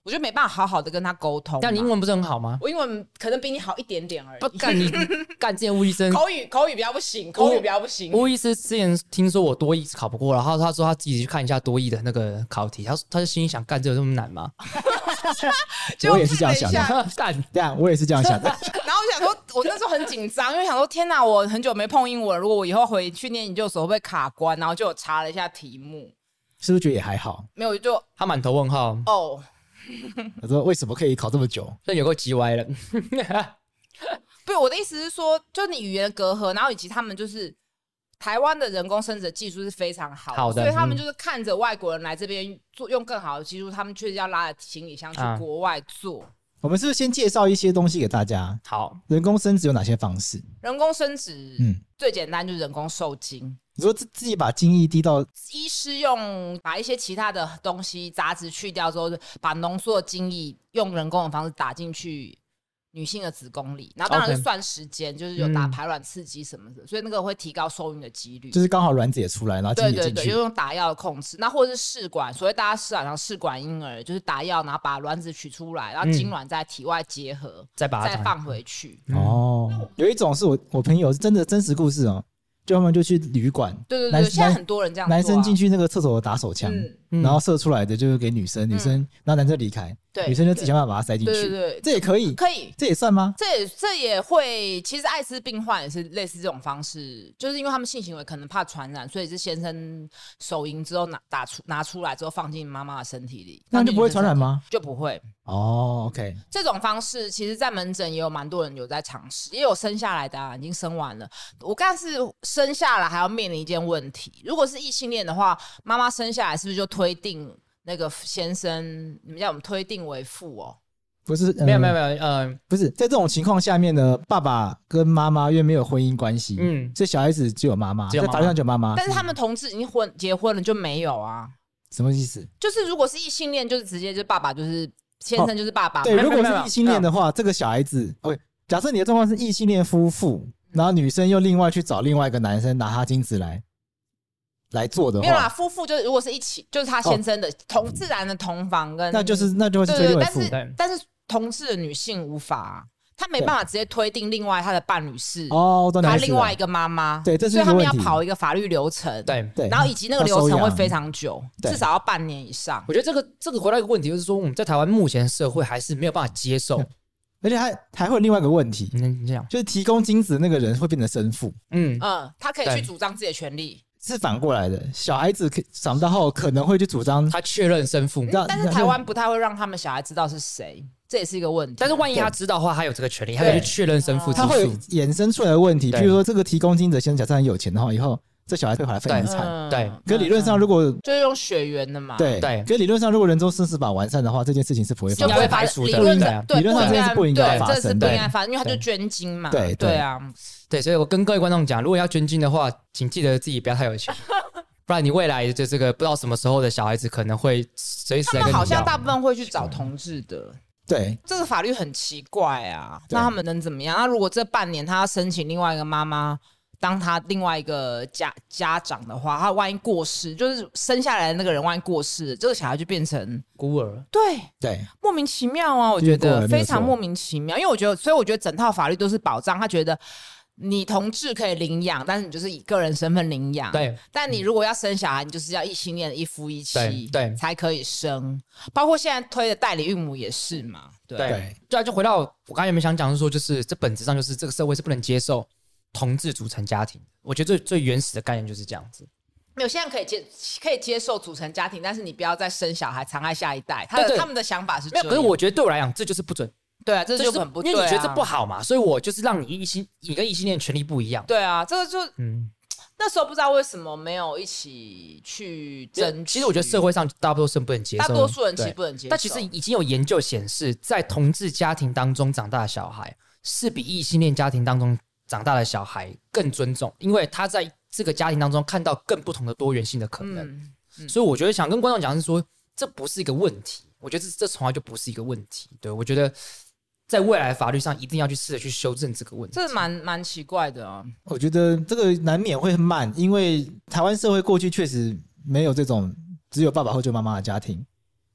我就没办法好好的跟他沟通。
但你英文不是很好吗？
我英文可能比你好一点点而已。
不干你干，之前吴医生
口语口语比较不行，口语比较不行。
吴医师之前听说我多益考不过，然后他说他自己去看一下多益的那个考题，他他就心里想，干这有这么难吗？
我也是这样想的，
干
这样我也是这样想的。
然后我想说，我那时候很紧张，因为想说天哪，我很久没碰英文，如果我以后回去念研究所会不会卡关？然后就有查了一下题目，
是不是觉得也还好？
没有就
他满头问号
哦。
他说为什么可以考这么久？
这有够鸡歪了。
不，我的意思是说，就你语言的隔阂，然后以及他们就是台湾的人工生殖的技术是非常好的，
好的
所以他们就是看着外国人来这边做，用更好的技术，他们确实要拉着行李箱去国外做。啊、
我们是不是先介绍一些东西给大家？
好，
人工生殖有哪些方式？
人工生殖，嗯，最简单就是人工受精。
你说自自己把精液滴到，
医师用把一些其他的东西杂质去掉之后，把浓缩的精液用人工的方式打进去女性的子宫里，然后当然是算时间， okay. 就是有打排卵刺激什么的、嗯，所以那个会提高受孕的几率。
就是刚好卵子也出来，然后精液也进去。
对对对，就用打药的控制。那或者是试管，所谓大家市场上试管婴儿，就是打药，然后把卵子取出来，然后精卵在体外结合，嗯、
再把它
再放回去。
哦、嗯，有一种是我我朋友真的真实故事哦。就他们就去旅馆，
对对对，现在很多人这样做、啊。
男生进去那个厕所打手枪、嗯，然后射出来的就是给女生，嗯、女生然后男生离开，
对，
女生就自己想办法把它塞进去。
对对对，
这也可以，
可以，
这也算吗？
这也这也会，其实艾滋病患也是类似这种方式，就是因为他们性行为可能怕传染，所以是先生手淫之后拿打出拿出来之后放进妈妈的身体里，
那就不会传染吗？
就不会。
哦 ，OK，
这种方式其实在门诊也有蛮多人有在尝试，也有生下来的啊，已经生完了。我刚才是生下来还要面临一件问题，如果是异性恋的话，妈妈生下来是不是就推定那个先生，你们叫我们推定为父哦？
不是，
没有没有没有，呃，
不是在这种情况下面呢，爸爸跟妈妈因为没有婚姻关系，嗯，所以小孩子只有妈妈，在法律上只有妈妈。
但是他们同志已经婚结婚了就没有啊？
什么意思？
就是如果是异性恋，就是直接就爸爸就是先生就是爸爸。
哦、对，如果是异性恋的话，这个小孩子 ，OK， 假设你的状况是异性恋夫妇，然后女生又另外去找另外一个男生拿他精子来。来做的话，
没有啦，夫妇就是如果是一起，就是他先生的、哦、同自然的同房跟，
那就是那就会是推定为父。
但是但是同志的女性无法、啊，她没办法直接推定另外她的伴侣是
哦，
她另外一个妈妈，
对，这是一个
所以他们要跑一个法律流程，
对
对，
然后以及那个流程会非常久，至少要半年以上。
我觉得这个这个回到一个问题，就是说我们在台湾目前社会还是没有办法接受。
而且还还会有另外一个问题，
嗯，这样
就是提供精子的那个人会变成生父，
嗯嗯，他可以去主张自己的权利。
是反过来的，小孩子长大后可能会去主张
他确认生父、
嗯，但是台湾不太会让他们小孩知道是谁，这也是一个问题。
但是万一他知道的话，他有这个权利，他可以去确认生父之
数，他会衍生出来的问题。譬如说，这个提供精子先假设很有钱的话，以后这小孩会回来分遗产，
对。
可理论上，如果
就是用血缘的嘛，
对对。可理论上，如果人中生死法完善的话，这件事情是不会发生，
就不会排除的。
理论上，
理论上这件事不应该发生，
这是不应该发生，因为他就捐精嘛，
对
对啊，
对。所以我跟各位观众讲，如果要捐精的话，请记得自己不要太有钱。不然你未来的这个不知道什么时候的小孩子可能会随时来跟你要。
他们好像大部分会去找同志的，
对，
这个法律很奇怪啊。那他们能怎么样？那如果这半年他要申请另外一个妈妈当他另外一个家家长的话，他万一过世，就是生下来的那个人万一过世，这个小孩就变成
孤儿。
对
对，
莫名其妙啊！我觉得非常莫名其妙，因为我觉得，所以我觉得整套法律都是保障他觉得。你同志可以领养，但是你就是以个人身份领养。
对，
但你如果要生小孩，你就是要异性恋的一夫一妻，
对，对
才可以生。包括现在推的代理孕母也是嘛。对，
对，对啊，就回到我刚才有没有想讲，是说，就是这本质上就是这个社会是不能接受同志组成家庭。我觉得最最原始的概念就是这样子。
没有，现在可以接可以接受组成家庭，但是你不要再生小孩，残害下一代。他的
对对
他们的想法是这样。
没有，可是我觉得对我来讲，这就是不准。
对啊，这就很不对、啊，
因为你觉得这不好嘛，所以我就是让你异性，你跟异性恋权利不一样。
对啊，这个就
嗯，
那时候不知道为什么没有一起去争取。
其实我觉得社会上大多数人不能接受，
大多数人其实不能接受。
但其实已经有研究显示，在同志家庭当中长大的小孩，是比异性恋家庭当中长大的小孩更尊重，因为他在这个家庭当中看到更不同的多元性的可能。嗯嗯、所以我觉得想跟观众讲的是说，这不是一个问题。我觉得这这从来就不是一个问题。对，我觉得。在未来的法律上，一定要去试着去修正这个问题，
这蛮蛮奇怪的啊。
我觉得这个难免会慢，因为台湾社会过去确实没有这种只有爸爸或者妈妈的家庭，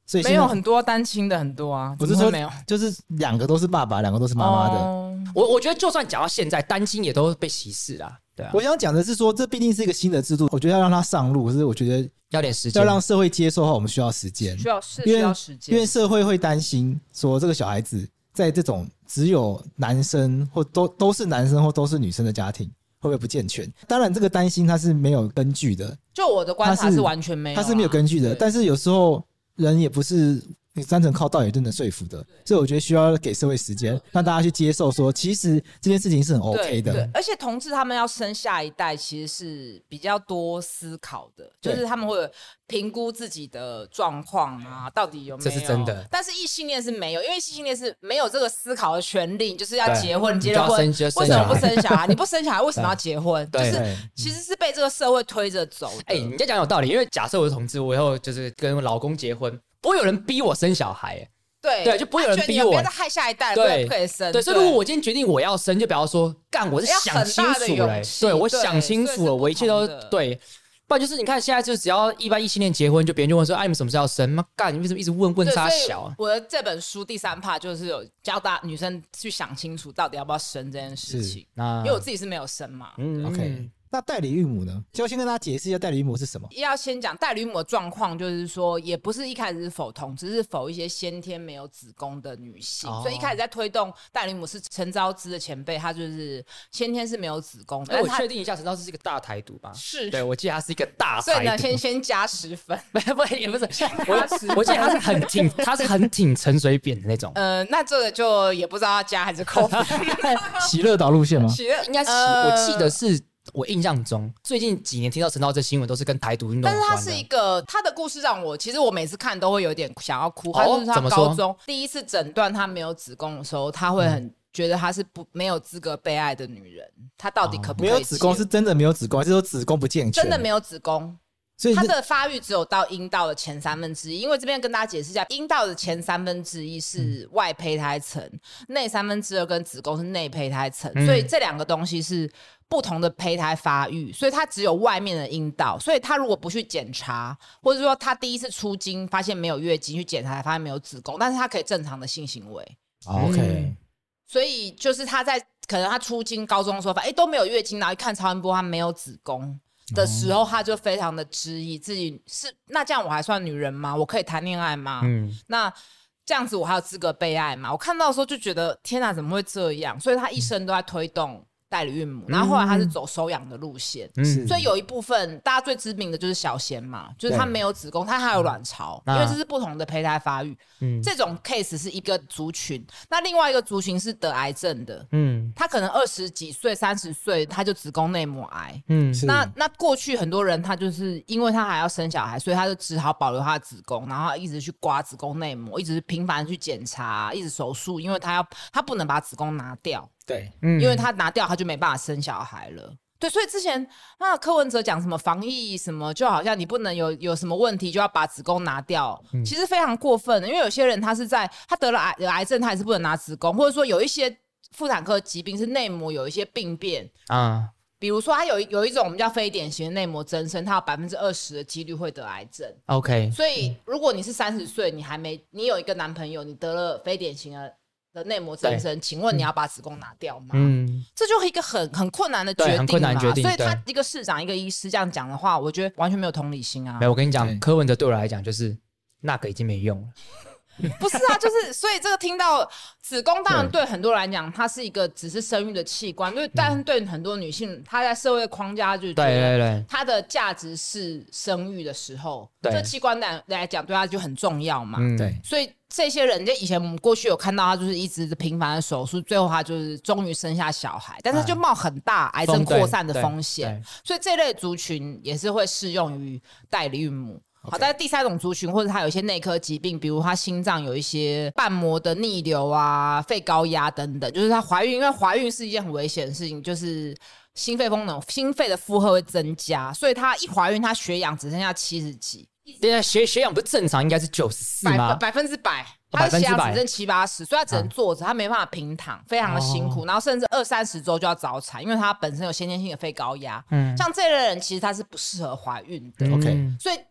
所以
没有很多单亲的很多啊，
不是说
没有，
就是两个都是爸爸，两个都是妈妈的。
哦
我我觉得就算讲到现在，单亲也都被歧视啦。对啊，
我想讲的是说，这毕竟是一个新的制度，我觉得要让它上路，可是我觉得
要点时间，
要让社会接受的话，我们需要时间，
需要是
因为
需要时间，
因为社会会担心说这个小孩子在这种只有男生或都都是男生或都是女生的家庭会不会不健全？当然，这个担心它是没有根据的。
就我的观察是完全没有、啊，
它是没有根据的。但是有时候人也不是你单纯靠道理就能说服的，所以我觉得需要给社会时间，让大家去接受说，其实这件事情是很 OK 的。
对对，而且同志他们要生下一代，其实是比较多思考的，就是他们会有评估自己的状况啊，到底有没有？
这是真的。
但是异性恋是没有，因为异性恋是没有这个思考的权利，就是要结婚，结
了
婚
为什
么不生小孩？你不生小孩为什么要结婚？就
对
是其实是被这个社会推着走的。
哎、欸，你这讲有道理，因为假设我是同志，我以后就是跟老公结婚，不会有人逼我生小孩、欸。
对
对，就不会有人逼我，
不要再害下一代了，
对，
不可以生。
对，所以如果我今天决定我要生，就比方说，干，我是想清楚了、欸，对我想清楚了，我一切都对。不然就是你看，现在就只要一般异性恋结婚，就别人就问说：“哎、啊，你们什么时候要生？”妈干，你为什么一直问问啥小？
我的这本书第三 part 就是有教大女生去想清楚，到底要不要生这件事情。因为我自己是没有生嘛。
嗯
，OK。那代理孕母呢？就要先跟大家解释一下代理孕母是什么。
要先讲代理孕母的状况，就是说，也不是一开始是否同，只是否一些先天没有子宫的女性。哦、所以一开始在推动代理孕母是陈昭姿的前辈，她就是先天是没有子宫的。
哎，我确定一下，陈昭姿是一个大台独吧？
是，
对，我记得她是一个大台独。
所以呢，先先加十分，
不不也不是，我我记得她是很挺，她是很挺陈水扁的那种。
呃，那这个就也不知道要加还是扣分。
喜乐岛路线吗？
喜乐
应该是，呃、我记得是。我印象中，最近几年听到陈昭姿新闻都是跟台独运动有关的。
但是他是一个他的故事让我，其实我每次看都会有点想要哭。他就是他高中第一次诊断他没有子宫的时候，他会很、嗯、觉得他是不没有资格被爱的女人。他到底可不可以、哦？
没有子宫是真的没有子宫，还是说子宫不健全？
真的没有子宫。所以他的发育只有到阴道的前三分之一，因为这边跟大家解释一下，阴道的前三分之一是外胚胎层，内、嗯、三分之二跟子宫是内胚胎层、嗯，所以这两个东西是不同的胚胎发育，所以它只有外面的阴道，所以他如果不去检查，或者说他第一次出经发现没有月经，去检查发现没有子宫，但是他可以正常的性行为。
OK，、
嗯、所以就是他在可能他出经高中的时候，哎都没有月经，然后一看超音波他没有子宫。的时候，他就非常的质疑自己是那这样我还算女人吗？我可以谈恋爱吗？嗯，那这样子我还有资格被爱吗？我看到的时候就觉得天哪，怎么会这样？所以他一生都在推动代理孕母，然后后来他是走收养的路线、嗯，所以有一部分大家最知名的就是小贤嘛，就是他没有子宫，他还有卵巢、嗯，因为这是不同的胚胎发育、嗯，这种 case 是一个族群，那另外一个族群是得癌症的，嗯，他可能二十几岁、三十岁他就子宫内膜癌，嗯，那那过去很多人他就是因为他还要生小孩，所以他就只好保留他的子宫，然后一直去刮子宫内膜，一直频繁去检查，一直手术，因为他要他不能把子宫拿掉。
对、
嗯，因为他拿掉他就没办法生小孩了。对，所以之前那柯文哲讲什么防疫什么，就好像你不能有有什么问题就要把子宫拿掉、嗯，其实非常过分的。因为有些人他是在他得了癌癌症，他也是不能拿子宫，或者说有一些妇产科疾病是内膜有一些病变啊，比如说他有有一种我们叫非典型的内膜增生，他有百分之二十的几率会得癌症。
OK，
所以如果你是三十岁，你还没你有一个男朋友，你得了非典型的。的内膜增生，请问你要把子宫拿掉吗？嗯，这就是一个很很困难的决定嘛，
很困难决定。
所以他一个市长一个医师这样讲的话，我觉得完全没有同理心啊。
没有，我跟你讲，柯文哲对我来讲就是那个已经没用了。
不是啊，就是所以这个听到子宫，当然对很多人来讲，它是一个只是生育的器官，对，但是对很多女性，她在社会框架就觉得她的价值是生育的时候，这器官来讲对她就很重要嘛。
嗯，对，
所以这些人，就以前我们过去有看到，她就是一直频繁的手术，最后她就是终于生下小孩，但是就冒很大癌症扩散的风险，所以这类族群也是会适用于代理孕母。好，但是第三种族群，或者他有一些内科疾病，比如他心脏有一些瓣膜的逆流啊、肺高压等等，就是他怀孕，因为怀孕是一件很危险的事情，就是心肺功能、心肺的负荷会增加，所以他一怀孕，他血氧只剩下七十几。
对啊，血血氧不是正常应该是九十四吗？
百分之百，他的血氧只剩七八十，所以他只能坐着，他没办法平躺，非常的辛苦，哦、然后甚至二三十周就要早产，因为他本身有先天性的肺高压。嗯，像这类人其实他是不适合怀孕的。
OK，、嗯、
所以。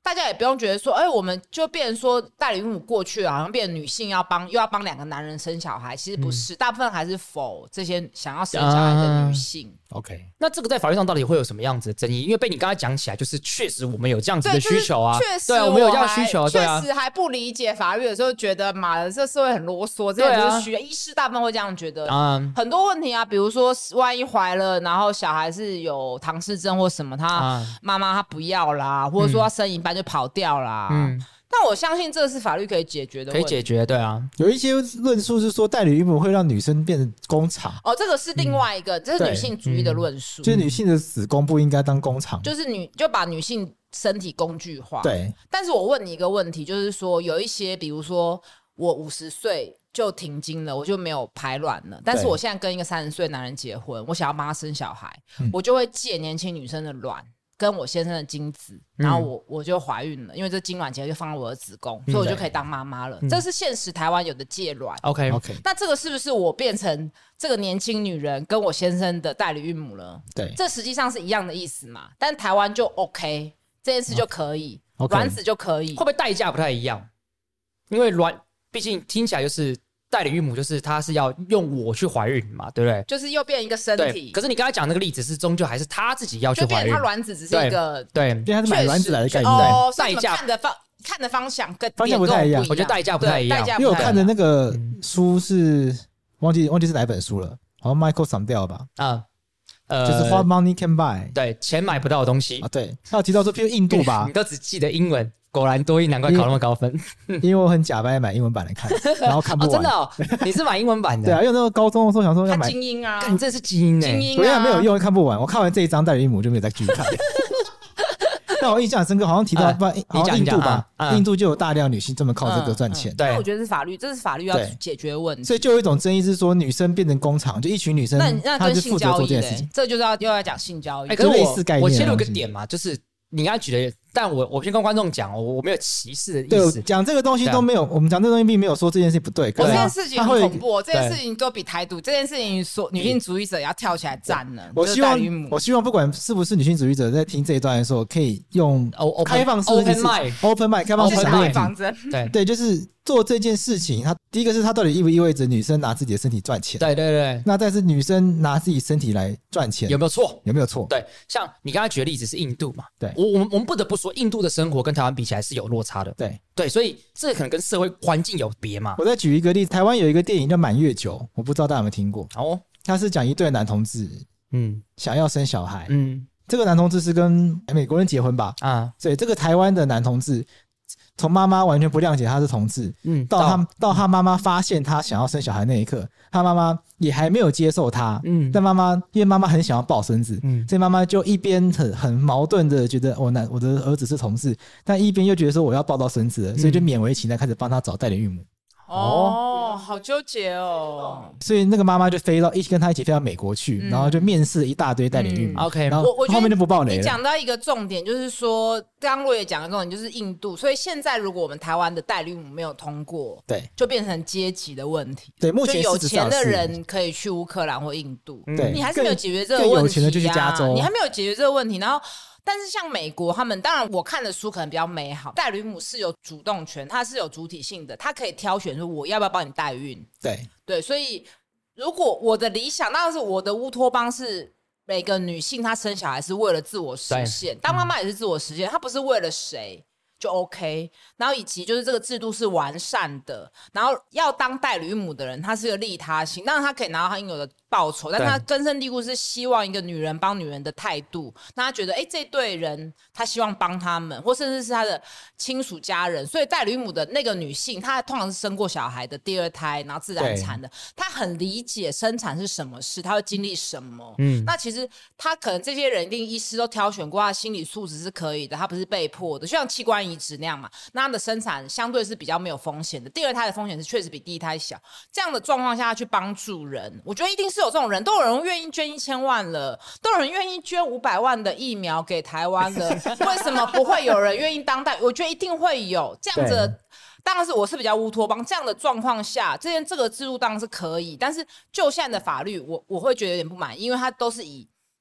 大家也不用觉得说，哎、欸，我们就变成说代理孕母过去了，好像变成女性要帮又要帮两个男人生小孩，其实不是，嗯、大部分还是否这些想要生小孩的女性。
啊、OK， 那这个在法律上到底会有什么样子的争议？因为被你刚才讲起来，就是确实我们有这样子的需求啊，
确实，
对啊，我们有这样的需求，对啊，
确实还不理解法律的时候，觉得妈的这社会很啰嗦，这个就是需要。医师大部分会这样觉得，嗯，很多问题啊，比如说万一怀了，然后小孩是有唐氏症或什么，他妈妈他不要啦，嗯、或者说他生一半就跑掉啦，嗯。但我相信这是法律可以解决的问题，
可以解决，对啊。
有一些论述是说代理孕母会让女生变成工厂，
哦，这个是另外一个，嗯、这是女性主义的论述，
嗯、就是女性的子宫不应该当工厂，
就是女就把女性身体工具化。
对。
但是我问你一个问题，就是说有一些，比如说我五十岁就停经了，我就没有排卵了，但是我现在跟一个三十岁男人结婚，我想要帮他生小孩，嗯、我就会借年轻女生的卵。跟我先生的精子，然后我、嗯、我就怀孕了，因为这精卵结合就放在我的子宫，嗯、所以我就可以当妈妈了。嗯、这是现实台湾有的借卵。
OK OK，
那这个是不是我变成这个年轻女人跟我先生的代理孕母了？
对，
这实际上是一样的意思嘛。但台湾就 OK， 这件事就可以，卵、okay. 子就可以，
会不会代价不太一样？因为卵毕竟听起来就是。代理孕母就是她是要用我去怀孕嘛，对不对？
就是又变一个身体。
可是你刚才讲那个例子是终究还是她自己要去怀孕，
就变成她卵子只是一个
对，
对，她是买卵子来的概念。
哦，
代价
看的方看的方向跟
方向不太一样，
我觉得代价不太一样。
因为我看的那个书是忘记忘记是哪本书了，好像 Michael Sandel 吧？啊。呃，就是 What Money Can Buy，
对，钱买不到的东西
啊。对，他有提到说，譬如印度吧，
你都只记得英文，果然多益难怪考那么高分。
因为我很假掰买英文版来看，然后看不完。
哦、真的哦，你是买英文版的？
对啊，因为那个高中的时候想说要买
精英啊，
你这是精英哎、欸，
精英
啊，我现在没有用，看不完。我看完这一章代理孕母就没有再继续看。但我印象很深刻，好像提到不，好像印度吧，印度就有大量女性这么靠这个赚钱。
对，我觉得是法律，这是法律要解决的问题。
所以就有一种争议是说，女生变成工厂，就一群女生，
那那跟性交易
这件事情，
这就是要又要讲性交易。
哎，可是我我切入个点嘛，就是你刚才举的。但我我先跟观众讲，我我没有歧视的意思。
讲这个东西都没有，我们讲这个东西并没有说这件事情不对。
我这件事情很恐怖，这件事情都比台独这件事情说女性主义者也要跳起来站了。
我希望我希望不管是不是女性主义者，在听这一段的时候，可以用开放式
open mic
open mic 开放式想问题。
对
对，就是做这件事情，它第一个是它到底意不意味着女生拿自己的身体赚钱？
对对对。
那再是女生拿自己身体来赚钱，
有没有错？
有没有错？
对，像你刚才举的例子是印度嘛？
对，
我我们我们不得不说，印度的生活跟台湾比起来是有落差的。
对
对，所以这可能跟社会环境有别嘛。
我再举一个例子，台湾有一个电影叫《满月酒》，我不知道大家有没有听过。
哦，
他是讲一对男同志，嗯，想要生小孩，
嗯，
这个男同志是跟美国人结婚吧？啊，所以这个台湾的男同志。从妈妈完全不谅解他是同志，嗯，到他到他妈妈发现他想要生小孩那一刻，他妈妈也还没有接受他，嗯，但妈妈因为妈妈很想要抱孙子，嗯，所以妈妈就一边很很矛盾的觉得我男我的儿子是同志，但一边又觉得说我要抱到孙子了，所以就勉为其难开始帮他找代理孕母。
哦，好纠结哦！
所以那个妈妈就飞到一起跟他一起飞到美国去，嗯、然后就面试一大堆代理孕母。
嗯、OK，
然后后面就不爆雷了。
你讲到一个重点，就是说，刚刚洛也讲的重点就是印度。所以现在如果我们台湾的代理孕母没有通过，
对，
就变成阶级的问题。
对，目前
就有钱的人可以去乌克兰或印度，
对，
你还是没有解决这个问题、啊。
更有钱的就去加州，
你还没有解决这个问题，然后。但是像美国他们，当然我看的书可能比较美好，代理孕母是有主动权，它是有主体性的，它可以挑选说我要不要帮你代孕。
对
对，所以如果我的理想当然是我的乌托邦是每个女性她生小孩是为了自我实现，当妈妈也是自我实现，她不是为了谁就 OK， 然后以及就是这个制度是完善的，然后要当代理孕母的人他是个利他性，当然他可以拿到他应有的报酬，但他根深蒂固是希望一个女人帮女人的态度，那他觉得哎，这对人他希望帮他们，或甚至是他的亲属家人，所以代理孕母的那个女性她通常是生过小孩的第二胎然后自然产的，她很理解生产是什么事，她会经历什么，嗯，那其实她可能这些人一定医师都挑选过，她心理素质是可以的，她不是被迫的，就像器官移植那样嘛，那她的生产相对是比较没有风险的，第二胎的风险是确实比第一胎小，这样的状况下去帮助人，我觉得一定是有这种人，都有人愿意捐一千万了，都有人愿意捐五百万的疫苗给台湾了，为什么不会有人愿意当代？我觉得一定会有这样子的。当然是我是比较乌托邦，这样的状况下，这件这个制度当然是可以，但是就现在的法律，我我会觉得有点不满意，因为它都是以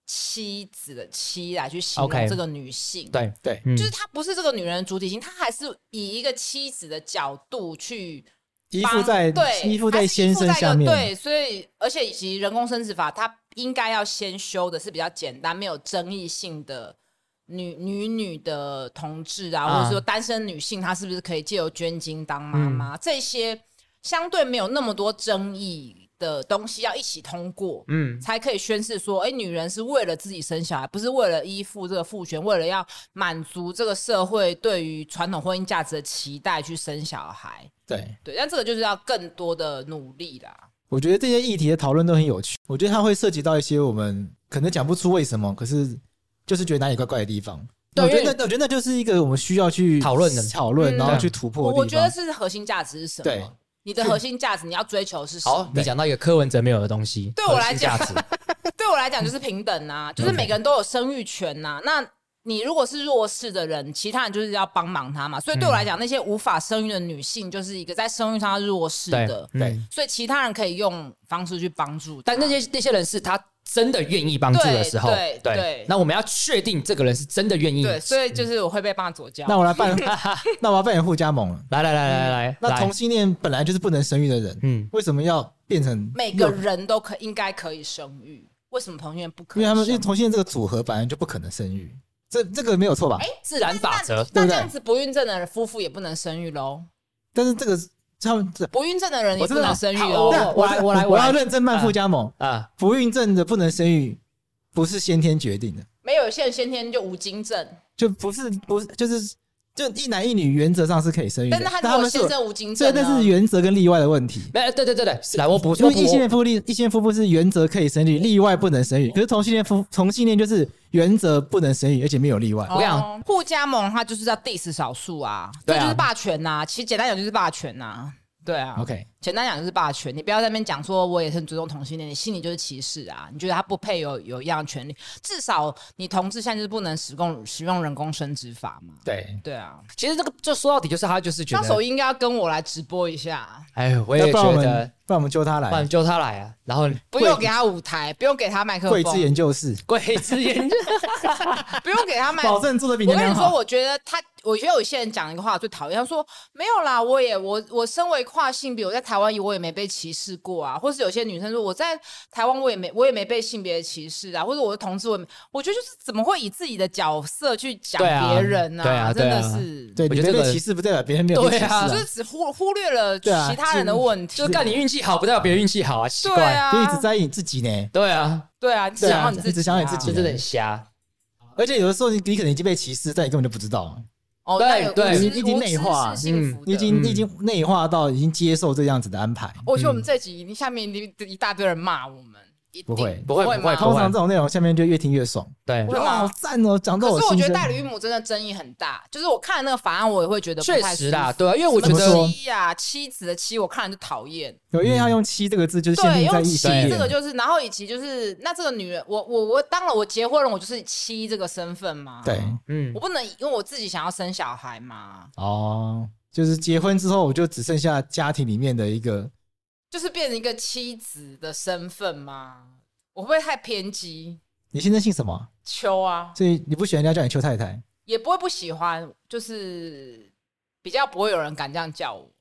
妻子的妻来去形容
OK
这个女性。
对
对，
嗯
就是她不是这个女人的主体性，她还是以一个妻子的角度去
依附在
对
依附在先生下面，
对，所以而且以及人工生殖法，它应该要先修的是比较简单、没有争议性的女女女的同志啊，
啊
或者说单身女性，她是不是可以借由捐精当妈妈？
嗯、
这些相对没有那么多争议的东西要一起通过，
嗯，
才可以宣示说，哎，女人是为了自己生小孩，不是为了依附这个父权，为了要满足这个社会对于传统婚姻价值的期待去生小孩。
对
对，但这个就是要更多的努力啦。
我觉得这些议题的讨论都很有趣，我觉得它会涉及到一些我们可能讲不出为什么，可是就是觉得哪里怪怪的地方。我觉得那我觉得那就是一个我们需要去
讨论的
讨论，
嗯
然后去突破的地方。
我觉得是核心价值是什么？
对，
你的核心价值你要追求是什么？
好，你讲到一个柯文哲没有的东西，
对我来讲
核心价值
对我来讲就是平等啊，就是每个人都有生育权呐、啊。那你如果是弱势的人，其他人就是要帮忙他嘛。所以对我来讲，嗯、那些无法生育的女性，就是一个在生育上弱势的，
对，对
所以其他人可以用方式去帮助他。
但那些那些人是他真的愿意帮助的时候，
对 对, 对。
那我们要确定这个人是真的愿意。
对，所以就是我会被帮左教。
那我来扮，那我要扮演互加盟了。
来来来来来，
那同性恋本来就是不能生育的人，嗯，为什么要变成
每个人都可应该可以生育？为什么同性恋不可以？
因为他们因为同性恋这个组合本来就不可能生育。这这个没有错吧？
哎，
自然法则，
那这样子不孕症的夫妇也不能生育喽。
但是这个他们
不孕症的人也不能生育喽。
我我来我来
我要认真办附加盟
啊！
不孕症的不能生育，不是先天决定的。
没有，有些人先天就无精症，
就不是不是就是就一男一女原则上是可以生育的，
但是他如果先生无精症，
这那是原则跟例外的问题。
对对对对对，来我补充，
因为异性恋夫妇异性恋夫妇是原则可以生育，例外不能生育。可是同性恋夫同性恋就是原则不能生育，而且没有例外。
我讲互加盟，它就是要 diss 少数啊，这就是霸权呐、啊。其实简单讲就是霸权呐、啊。对啊
，OK，
简单讲就是霸权。你不要在那边讲说我也很尊重同性恋，你心里就是歧视啊。你觉得他不配有有一样的权利？至少你同志现在就是不能使用使用人工生殖法嘛。
对
对啊，
其实这个就说到底就是他就是觉得，
那手应该要跟我来直播一下。
哎，我也觉得，
不然我们揪他来，
不然揪他来啊。然后
不用给他舞台，不用给他麦克风，
贵之研究室，
贵之研究，
不用给他麦克风，
保证做的比你良好。
我跟你说，我觉得他，我觉得有些人讲一个话最讨厌，他说没有啦，我也我我身为跨性别，我在台湾我也没被歧视过啊，或是有些女生说我在台湾我也没我也没被性别歧视啊，或者我的同志我也没，我觉得就是怎么会以自己的角色去讲别人啊？
对啊，
真的是，
对，我觉得被歧视不代表别人没有被歧视啊，
就是只忽忽略了其他人的问题，
就是干你运气好，不代表别人运气好啊，奇怪，
对啊，
就一直在意你自己呢，
对啊，
对啊，只想到你自己，
只想到你自己，
真的很瞎。
而且有的时候你你可能已经被歧视，但你根本就不知道。
哦，
对对，
你已经内化，
嗯，
你已经你已经内化到已经接受这样子的安排。
我觉得我们这集下面一一大堆人骂我们。
不会
不会不会，
通常这种内容下面就越听越爽。
对，
哇，好赞哦！讲到我心声。
可是我觉得代理孕母真的争议很大，就是我看那个法案，我也会觉得
确实啦，对啊，因为我觉得
妻呀，妻子的妻，我看了就讨厌。
有，因为他用妻这个字就是限定在异性恋，
这个就是，然后以及就是那这个女人，我我我当了我结婚了，我就是妻这个身份嘛。
对，
嗯，我不能因为我自己想要生小孩嘛。
哦，就是结婚之后我就只剩下家庭里面的一个，
就是变成一个妻子的身份吗？我会不会太偏激？
你现在姓什么？
邱啊，
所以你不喜欢人家叫你邱太太，
也不会不喜欢，就是比较不会有人敢这样叫我。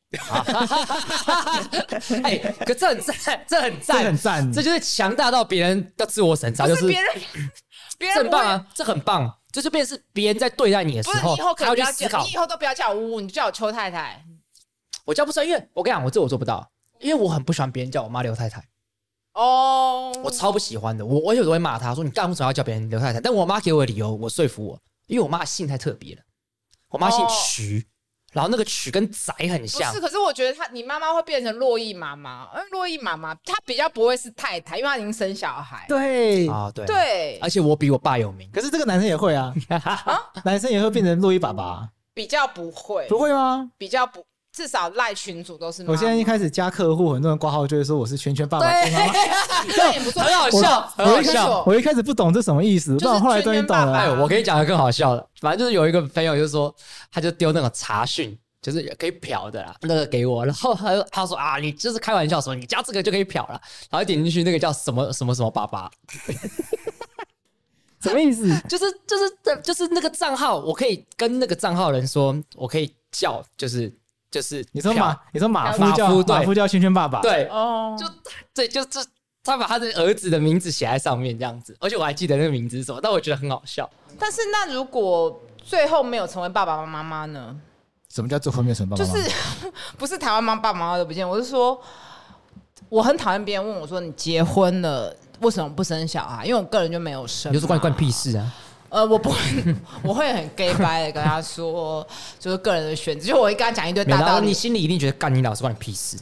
哎，可这很赞，这很赞，
这很赞，
这就是强大到别人要自我审查，就是
别人，别人
很棒啊，这很棒，这就变成是别人在对待你的时候，
以后可以
要
不要
去思考，
你以后都不要叫我呜呜，你就叫我邱太太。
我叫不出来，因为我跟你讲，我这我做不到，因为我很不喜欢别人叫我妈刘太太。
哦，
oh, 我超不喜欢的，我我有时候会骂她说你干为什么要叫别人刘太太？但我妈给我的理由，我说服我，因为我妈姓太特别了，我妈姓曲， oh. 然后那个曲跟仔很像。
不是，可是我觉得她你妈妈会变成洛邑妈妈，因为洛邑妈妈她比较不会是太太，因为她已经生小孩。
对
啊、哦，对
对，
而且我比我爸有名。
可是这个男生也会啊，男生也会变成洛邑爸爸，
比较不会，
不会吗？
比较不。至少赖群主都是妈妈。
我现在一开始加客户，很多人挂号就会说我是全权爸爸，
对，这也不错，
很好笑，很好笑。
我一开始不懂这什么意思，但我后来终于懂了。
哎，我跟你讲个更好笑的，反正就是有一个朋友就说，他就丢那种查询，就是可以嫖的啦，那个给我，然后他就他说啊，你就是开玩笑说你加这个就可以嫖了，然后点进去那个叫什么什么什么爸爸。
什么意思？
就是就是就是那个账号，我可以跟那个账号人说，我可以叫，就是就是
你说马，你说马夫
马
叫
夫对
马夫叫圈圈爸爸，
对，
哦，
就对，就就他把他的儿子的名字写在上面这样子，而且我还记得那个名字是什么，但我觉得很好笑。
但是那如果最后没有成为爸爸妈妈呢？
什么叫最后面成爸爸妈妈？
就是不是台湾妈爸爸妈妈都不见，我是说，我很讨厌别人问我说你结婚了为什么不生小孩？因为我个人就没有生嘛。
你就说关你关你屁事啊！
呃，我不会，我会很 gay 掰的跟他说，就是个人的选择，就我会跟他讲一堆大道理。
你心里一定觉得干你老师关你屁事。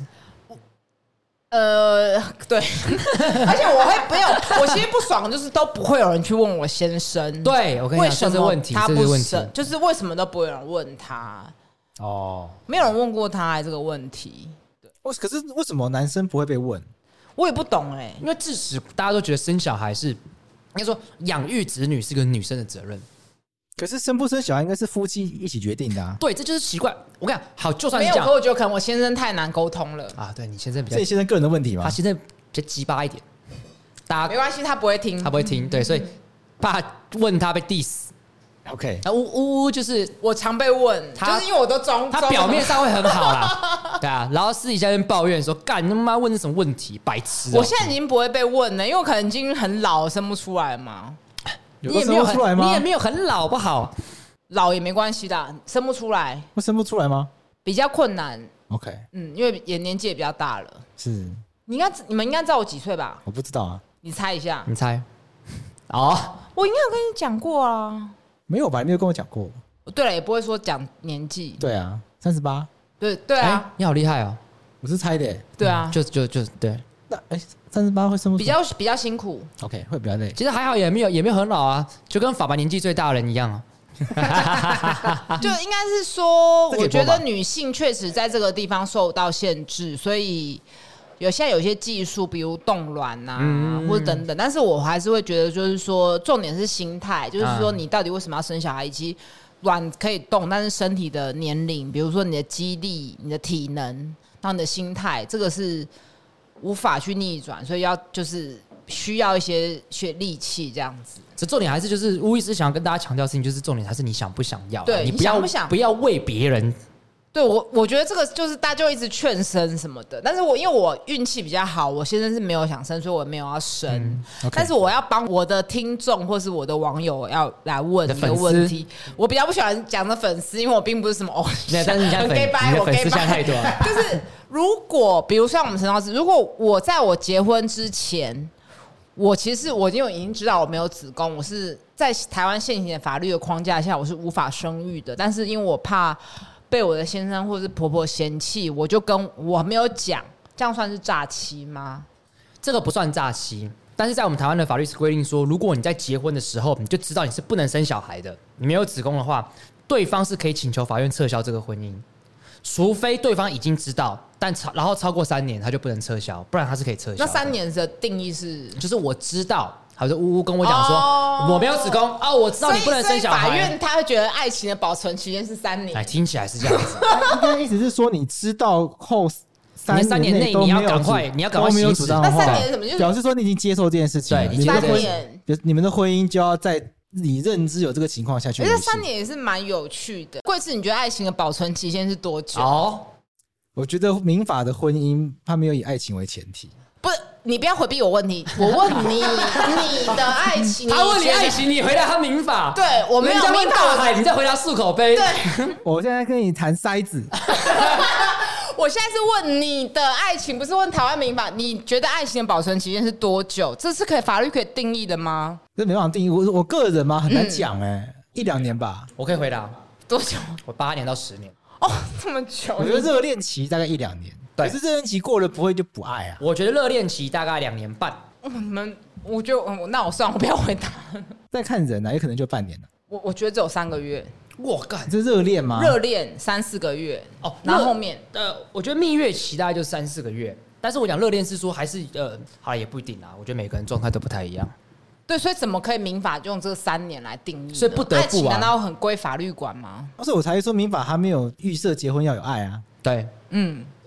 呃，对，而且我会没有，我其实不爽，就是都不会有人去问我先生，
对我跟你讲，
为什么
这是问题，
他
这是问题
不生，就是为什么都不会有人问他？
哦，
没有人问过他这个问题，
为可是为什么男生不会被问？
我也不懂哎、
因为自始大家都觉得生小孩是，应该说养育子女是个女生的责任。
可是生不生小孩应该是夫妻一起决定的啊。
对，这就是奇怪。我跟你讲，好，就算
没有，
是这样
可我觉得可能我先生太难沟通了
啊，对你先生比较
这，先生个人的问题吗
他？现在比较鸡巴一点，大家
没关系，他不会听，
他不会听，对，所以怕问他被 diss，
OK，
啊呜呜呜，就是
我常被问，
他
就是因为我都装，
他
装
表面上会很好啦，对啊，然后私底下边抱怨说，干他妈问这什么问题，白痴、喔。
我现在已经不会被问了，因为我可能已经很老，生不出来嘛。
有
你也没有很，
生不出来吗？
你也没有很老，不好。
老也没关系的，生不出来
会生不出来吗
比较困难。
？OK，
嗯，因为也年纪也比较大了。
是
你应该你们应该知道我几岁吧？
我不知道啊，
你猜一下。
你猜？哦，
我应该有跟你讲过啊。
没有吧？你没有跟我讲过。
对了，也不会说讲年纪。
对啊，三十八，
对对
哎、
啊，
你好厉害哦！
我是猜的耶。
对啊，
就就就对，
那哎，三十八会生不出
比较比较辛苦。
OK，会比较累。
其实还好，也没有也没有很老啊，就跟法白年纪最大的人一样啊。
就应该是说，
这可以播吧
我觉得女性确实在这个地方受到限制，所以有现在有些技术，比如冻卵啊，
嗯
或者等等。但是我还是会觉得，就是说，重点是心态，就是说
嗯
你到底为什么要生小孩，以及卵可以动，但是身体的年龄，比如说你的肌力、你的体能，然后你的心态，这个是无法去逆转，所以要就是需要一些学力气这样子。
这重点还是就是巫医师想要跟大家强调的事情，就是重点还是你想不想要啊，
对你
你不要
想不想
不要为别人。
对我，我觉得这个就是大家就一直劝生什么的，但是我因为我运气比较好，我先生是没有想生，所以我没有要生。
嗯
OK
但是我要帮我的听众或是我的网友要来问一个问题，我比较不喜欢讲的粉丝，因为我并不是什么偶像，
对，但是你现在
很
粉，
gay 掰，我
你的粉
gay
丝现在太
掰。
多了。
就是如果比如像我们陈老师，如果我在我结婚之前，我其实我已经已经知道我没有子宫，我是在台湾现行的法律的框架下，我是无法生育的。但是因为我怕被我的先生或是婆婆嫌弃，我就跟我没有讲，这样算是诈欺吗？
这个不算诈欺，但是在我们台湾的法律是规定说，如果你在结婚的时候你就知道你是不能生小孩的，你没有子宫的话，对方是可以请求法院撤销这个婚姻，除非对方已经知道，但超然后超过三年他就不能撤销，不然他是可以撤销的。
那三年的定义是？
就是我知道，还是呜呜跟我讲说、
哦
我没有子宫哦，我知道你不能生小
所以所以法
孩。
院他会觉得爱情的保存期间是三年
哎，。听起来是这样子。
应该意思是说，你知道后三
你三年内你要
都没有
赶快
主
你要赶快
都没有
行使
主张的话
那三年是什么就是
表示说你已经接受这件事情了。
对
你们的
三
婚
年，
比如你们的婚姻就要在你认知有这个情况下去维系。
而且三年也是蛮有趣的。贵子，你觉得爱情的保存期限是多久？
哦，
我觉得民法的婚姻它没有以爱情为前提。
不是，你不要回避我问题。我问你，你的爱情，
他问你
觉得
爱，情，你回答他民法。
对我没有
人家问
民法
大海，你再回答漱口杯。
对，
我现在跟你谈筛子，
我现在是问你的爱情，不是问台湾民法。你觉得爱情的保存期限是多久？这是可以法律可以定义的吗？
这没办法定义。我我个人嘛很难
嗯
讲哎、一两年吧。
我可以回答，
多久？
我八年到十年。
哦，这么久？
我觉得热恋期大概一两年，
对
可是热恋期过了不会就不爱啊。
我觉得热恋期大概两年半。
你们，我就那我算了，我不要回答。
再看人啊，也可能就半年了。
我我觉得只有三个月，
我干
这热恋吗？
热恋三四个月
哦，
然后后面
呃，我觉得蜜月期大概就三四个月，但是我讲热恋是说还是呃，好了也不一定啦，我觉得每个人状态都不太一样。
对，所以怎么可以民法就用这三年来定义呢？
所以不得不啊
爱情难道很归法律管吗？
所以我才说民法它没有预设结婚要有爱啊。
对，
嗯，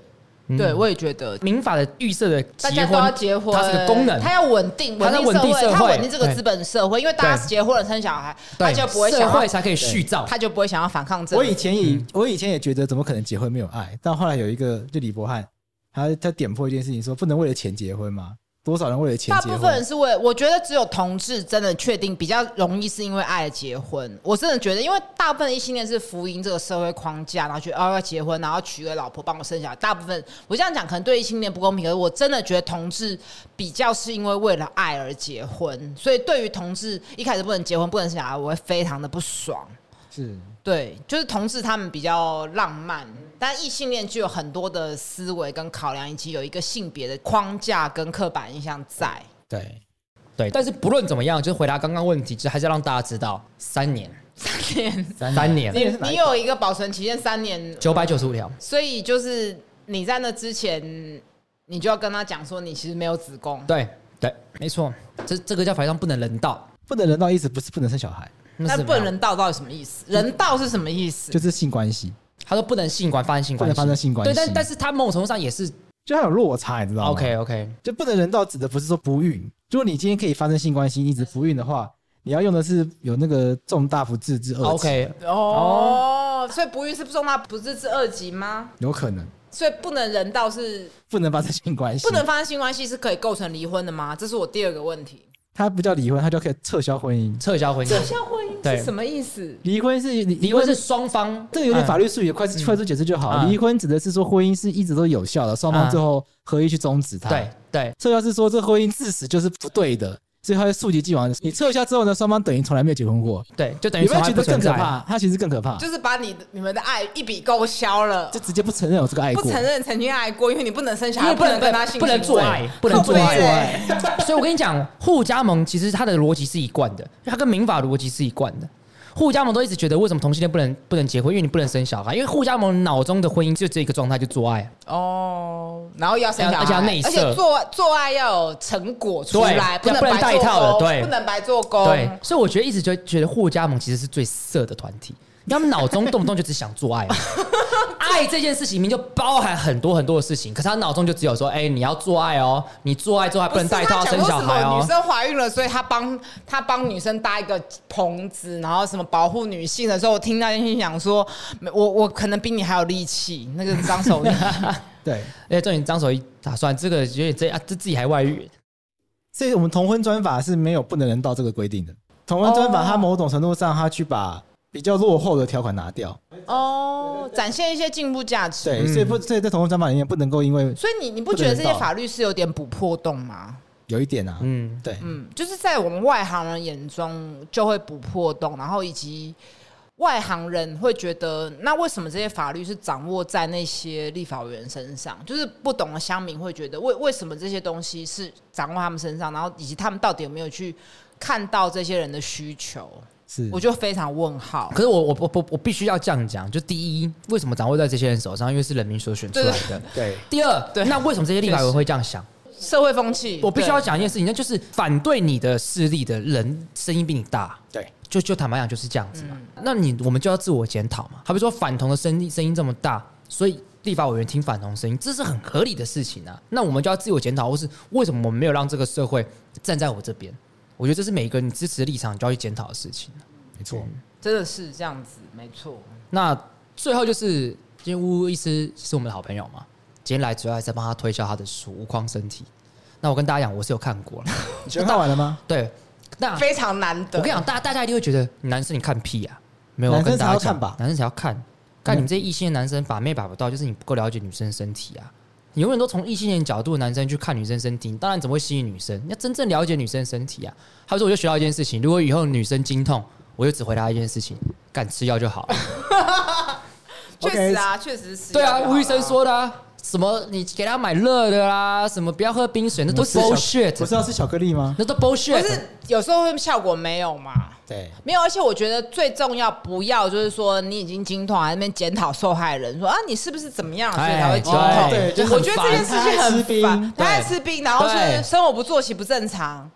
嗯、
对，我也觉得
民法的预设的
大家都要结婚，
它是个功能，
它要稳定，
它要稳定社会，
它稳定这个资本社会，因为大家结婚了生小孩，他就不会想
社会才可以续造，
他就不会想要反抗政府。
我以前也、嗯、我以前也觉得怎么可能结婚没有爱，但后来有一个就李伯翰，他他点破一件事情，说不能为了钱结婚吗？多少人为了钱结婚？
大部分人是为了，我觉得只有同志真的确定比较容易是因为爱而结婚。我真的觉得，因为大部分异性恋是福音这个社会框架，然后觉得哦要结婚，然后娶个老婆帮我生小孩。大部分我这样讲可能对异性恋不公平，可是我真的觉得同志比较是因为为了爱而结婚，所以对于同志一开始不能结婚、不能生小孩，我会非常的不爽。
是。
对，就是同志他们比较浪漫，但异性恋就有很多的思维跟考量，以及有一个性别的框架跟刻板印象在。
对，
对，但是不论怎么样，就是回答刚刚问题，就还是要让大家知道，三年，
三年，
三年，
你你有一个保存期限三年，
九百九十五条，
所以就是你在那之前，你就要跟他讲说，你其实没有子宫。
对对，没错，这这个叫法律上不能人道，
不能人道意思不是不能生小孩。
那不能人道到底什么意思？人道是什么意思？
就是性关系。
他说不能性关发生性关系，
不能发生性关系。
对，但但是他某种程度上也是，
就他有落差，你知道吗
？OK OK，
就不能人道指的不是说不孕。如果你今天可以发生性关系，一直不孕的话，你要用的是有那个重大不治之二级。
OK，
哦，所以不孕是重大不治之二级吗？
有可能。
所以不能人道是
不能发生性关系，
不能发生性关系是可以构成离婚的吗？这是我第二个问题。
它不叫离婚，它就可以撤销婚姻。
撤销婚姻，
撤销婚姻是什么意思？
离婚是
离婚是双方，
这个有点法律术语，快速快速解释就好。离婚指的是说婚姻是一直都有效的，双方最后合意去终止它。
对对，
撤销是说这婚姻自始就是不对的。所以他会溯及既往，你撤销之后呢，双方等于从来没有结婚过。
对，就等于从来不存在。
你们觉得更可怕？他其实更可怕，
就是把你你们的爱一笔勾销了，
就直接不承认有这个爱过，
不承认曾经爱过，因为你不能生小孩，不能跟他性
不能做爱，不能做爱。所以我跟你讲，互加盟其实它的逻辑是一贯的，它跟民法逻辑是一贯的。互加盟都一直觉得为什么同性恋不能不能结婚，因为你不能生小孩，因为互加盟脑中的婚姻就这一个状态，就做爱
哦，然后要生小孩，
而且要内射，
而且做做爱要有成果出来，不能白做工，对，不能白做工。
对，所以我觉得一直就觉得互加盟其实是最色的团体，他们脑中动不动就只想做爱。爱这件事情明明就包含很多很多的事情，可是他脑中就只有说，哎、欸，你要做爱哦，你做爱做爱不能带套生小孩哦。
女生怀孕了，所以他帮他帮女生搭一个棚子，然后什么保护女性的时候，我听到心想说，我我可能比你还有力气，那个张守一。
对，
而且重点张守一打算这个有点这啊，这自己还外遇。
所以我们同婚专法是没有不能人道这个规定的。同婚专法它某种程度上，它去把比较落后的条款拿掉。
哦，展现一些进步价值。
对，所以不，所以在同婚专法里面不能够因为，
所以你你不觉得这些法律是有点补破洞吗？
有一点啊，
嗯，
对，
嗯，就是在我们外行人眼中就会补破洞，然后以及外行人会觉得，那为什么这些法律是掌握在那些立法委员身上？就是不懂的乡民会觉得，为为什么这些东西是掌握他们身上，然后以及他们到底有没有去看到这些人的需求？
是，
我就非常问号。
可是我我我我必须要这样讲，就第一，为什么掌握在这些人手上？因为是人民所选出来的。
对。
第二，对，那为什么这些立法委员会这样想？
社会风气。
我必须要讲一件事情，那就是反对你的势力的人声音比你大。
对。
就就坦白讲就是这样子嘛。嗯、那你我们就要自我检讨嘛。好比说反同的声音声音这么大，所以立法委员听反同声音，这是很合理的事情啊。那我们就要自我检讨，或是为什么我们没有让这个社会站在我这边？我觉得这是每一个你支持的立场，你就要去检讨的事情。
没错，
真的是这样子，没错。
那最后就是今天巫医师是我们的好朋友嘛，今天来主要还是帮他推销他的书《无框身体》。那我跟大家讲，我是有看过了。
你全看完了吗？
对，那
非常难得。
我跟你讲，大大家一定会觉得男生你看屁啊，没有，
男生
跟大家
才要看吧？
男生才要看。看你们这些异性的男生把妹把不到，就是你不够了解女生身体啊。你永远都从异性恋角度的男生去看女生身体，你当然怎么会吸引女生？你要真正了解女生身体啊。他说，我就学到一件事情，如果以后女生经痛，我就只回答一件事情：干吃药就好了。
确实啊，确实是。
对啊，吴医生说的啊，什么你给他买热的啦，什么不要喝冰水，那都 bullshit。
不是要吃巧克力吗？
那都 bullshit。
可是有时候效果没有嘛。
对，
没有，而且我觉得最重要，不要就是说你已经经痛，还在那边检讨受害人，说啊你是不是怎么样，所以才会经痛？
对，
我觉得这件事情很烦。他爱吃冰，然后是生活不作息不正常，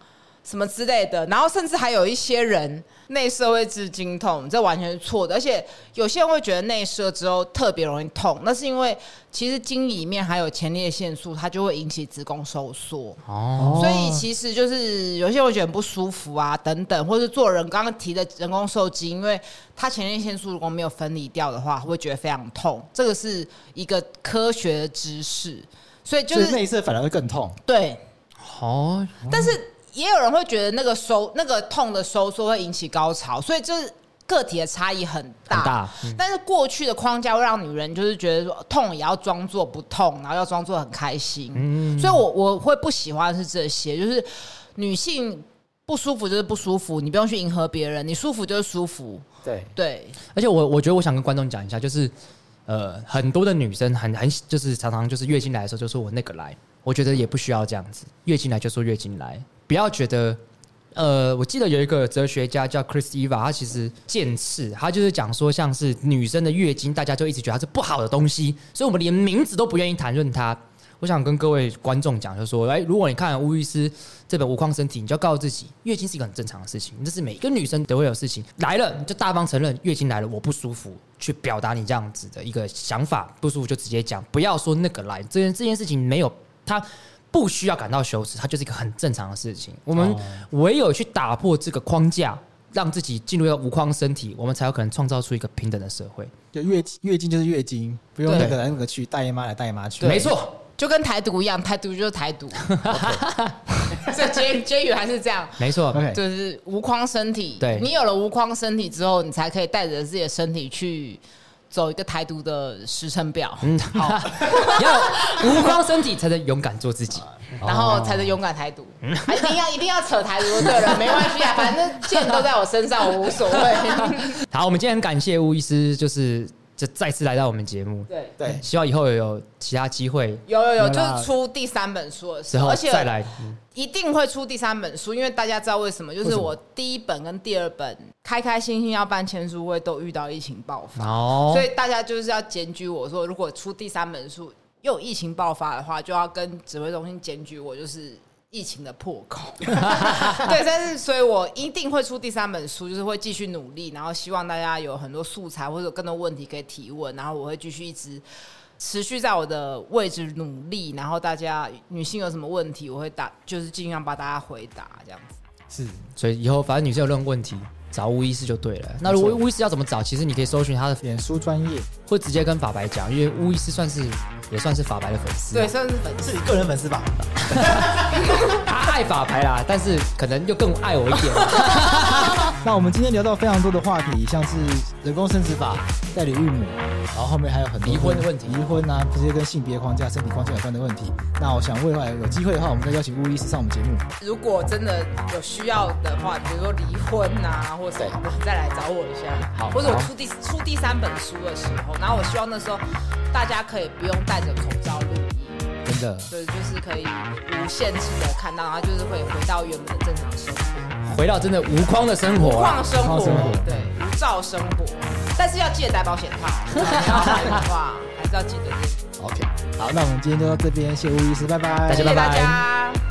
什么之类的，然后甚至还有一些人内射会致经痛，这完全是错的。而且有些人会觉得内射之后特别容易痛，那是因为其实经里面还有前列腺素，它就会引起子宫收缩。哦，所以其实就是有些人会觉得很不舒服啊，等等，或是做人刚刚提的人工受精，因为它前列腺素如果没有分离掉的话，会觉得非常痛。这个是一个科学的知识，所以就是
内射反而会更痛。
对，
哦，
但是也有人会觉得那个收那个痛的收缩会引起高潮，所以就是个体的差异很大。
很大嗯、
但是过去的框架会让女人就是觉得说痛也要装作不痛，然后要装作很开心。嗯、所以我我会不喜欢是这些，就是女性不舒服就是不舒服，你不用去迎合别人，你舒服就是舒服。
对
对，
而且我我觉得我想跟观众讲一下，就是呃很多的女生很很就是常常就是月经来的时候就说我那个来，我觉得也不需要这样子，月经来就说月经来，不要觉得。呃，我记得有一个哲学家叫 Chris Eva， 他其实剑刺，他就是讲说，像是女生的月经，大家就一直觉得它是不好的东西，所以我们连名字都不愿意谈论它。我想跟各位观众讲，就是说，哎，如果你看巫医师这本《无框身体》，你就要告诉自己，月经是一个很正常的事情，这是每一个女生都会有事情来了，你就大方承认月经来了，我不舒服，去表达你这样子的一个想法，不舒服就直接讲，不要说那个来，这件这件事情没有它。不需要感到羞耻，它就是一个很正常的事情。我们唯有去打破这个框架，让自己进入到无框身体，我们才有可能创造出一个平等的社会。
就月月经就是月经，不用那个来那个去，大姨妈来大姨妈去。
没错，
就跟台独一样，台独就是台独。这结结语还是这样，
没错，
就是无框身体。
对，
你有了无框身体之后，你才可以带着自己的身体去。走一个台独的时程表，嗯，好，
要无框身体才能勇敢做自己，
然后才能勇敢台独，嗯、一定要一定要扯台独对了，没关系啊，反正剑都在我身上，我无所谓。
好，我们今天很感谢巫医师，就是就再次来到我们节目，
对
对，
希望以后有其他机会，
有有有，就是出第三本书的时候，而且
再来。嗯
一定会出第三本书，因为大家知道为什么？就是我第一本跟第二本开开心心要办签书会，都遇到疫情爆发，哦、所以大家就是要检举我说，如果出第三本书又有疫情爆发的话，就要跟指挥中心检举我，就是疫情的破口。对，但是所以我一定会出第三本书，就是会继续努力，然后希望大家有很多素材或者有更多问题可以提问，然后我会继续一直。持续在我的位置努力，然后大家女性有什么问题，我会打，就是尽量帮大家回答这样子。
是，所以以后反正女生有任何问题，找巫医师就对了。那如果巫医师要怎么找？其实你可以搜寻他的
脸书专业，
或直接跟法白讲，因为巫医师算是也算是法白的粉丝，
对，算是粉丝，
是你个人粉丝吧？
他爱法白啦，但是可能又更爱我一点。
那我们今天聊到非常多的话题，像是人工生殖法、代理孕母，然后后面还有很多
离婚的问题，
离婚啊，这些跟性别框架、身体框架有关的问题。那我想未来有机会的话，我们再邀请巫医师上我们节目。
如果真的有需要的话，比如说离婚啊，或者什么的，再来找我一下。
好，
或者我出第出第三本书的时候，然后我希望那时候大家可以不用戴着口罩录音。
真的，
对，就是可以无限制的看到，然后就是会回到原本的正常生活，
回到真的无框的生活，
无框生活，对，无照生活，但是要记得戴保险套，你要买的话还是要记得。
OK， 好，那我们今天就到这边，谢谢巫医师，拜拜，
大家拜拜。
谢谢大家。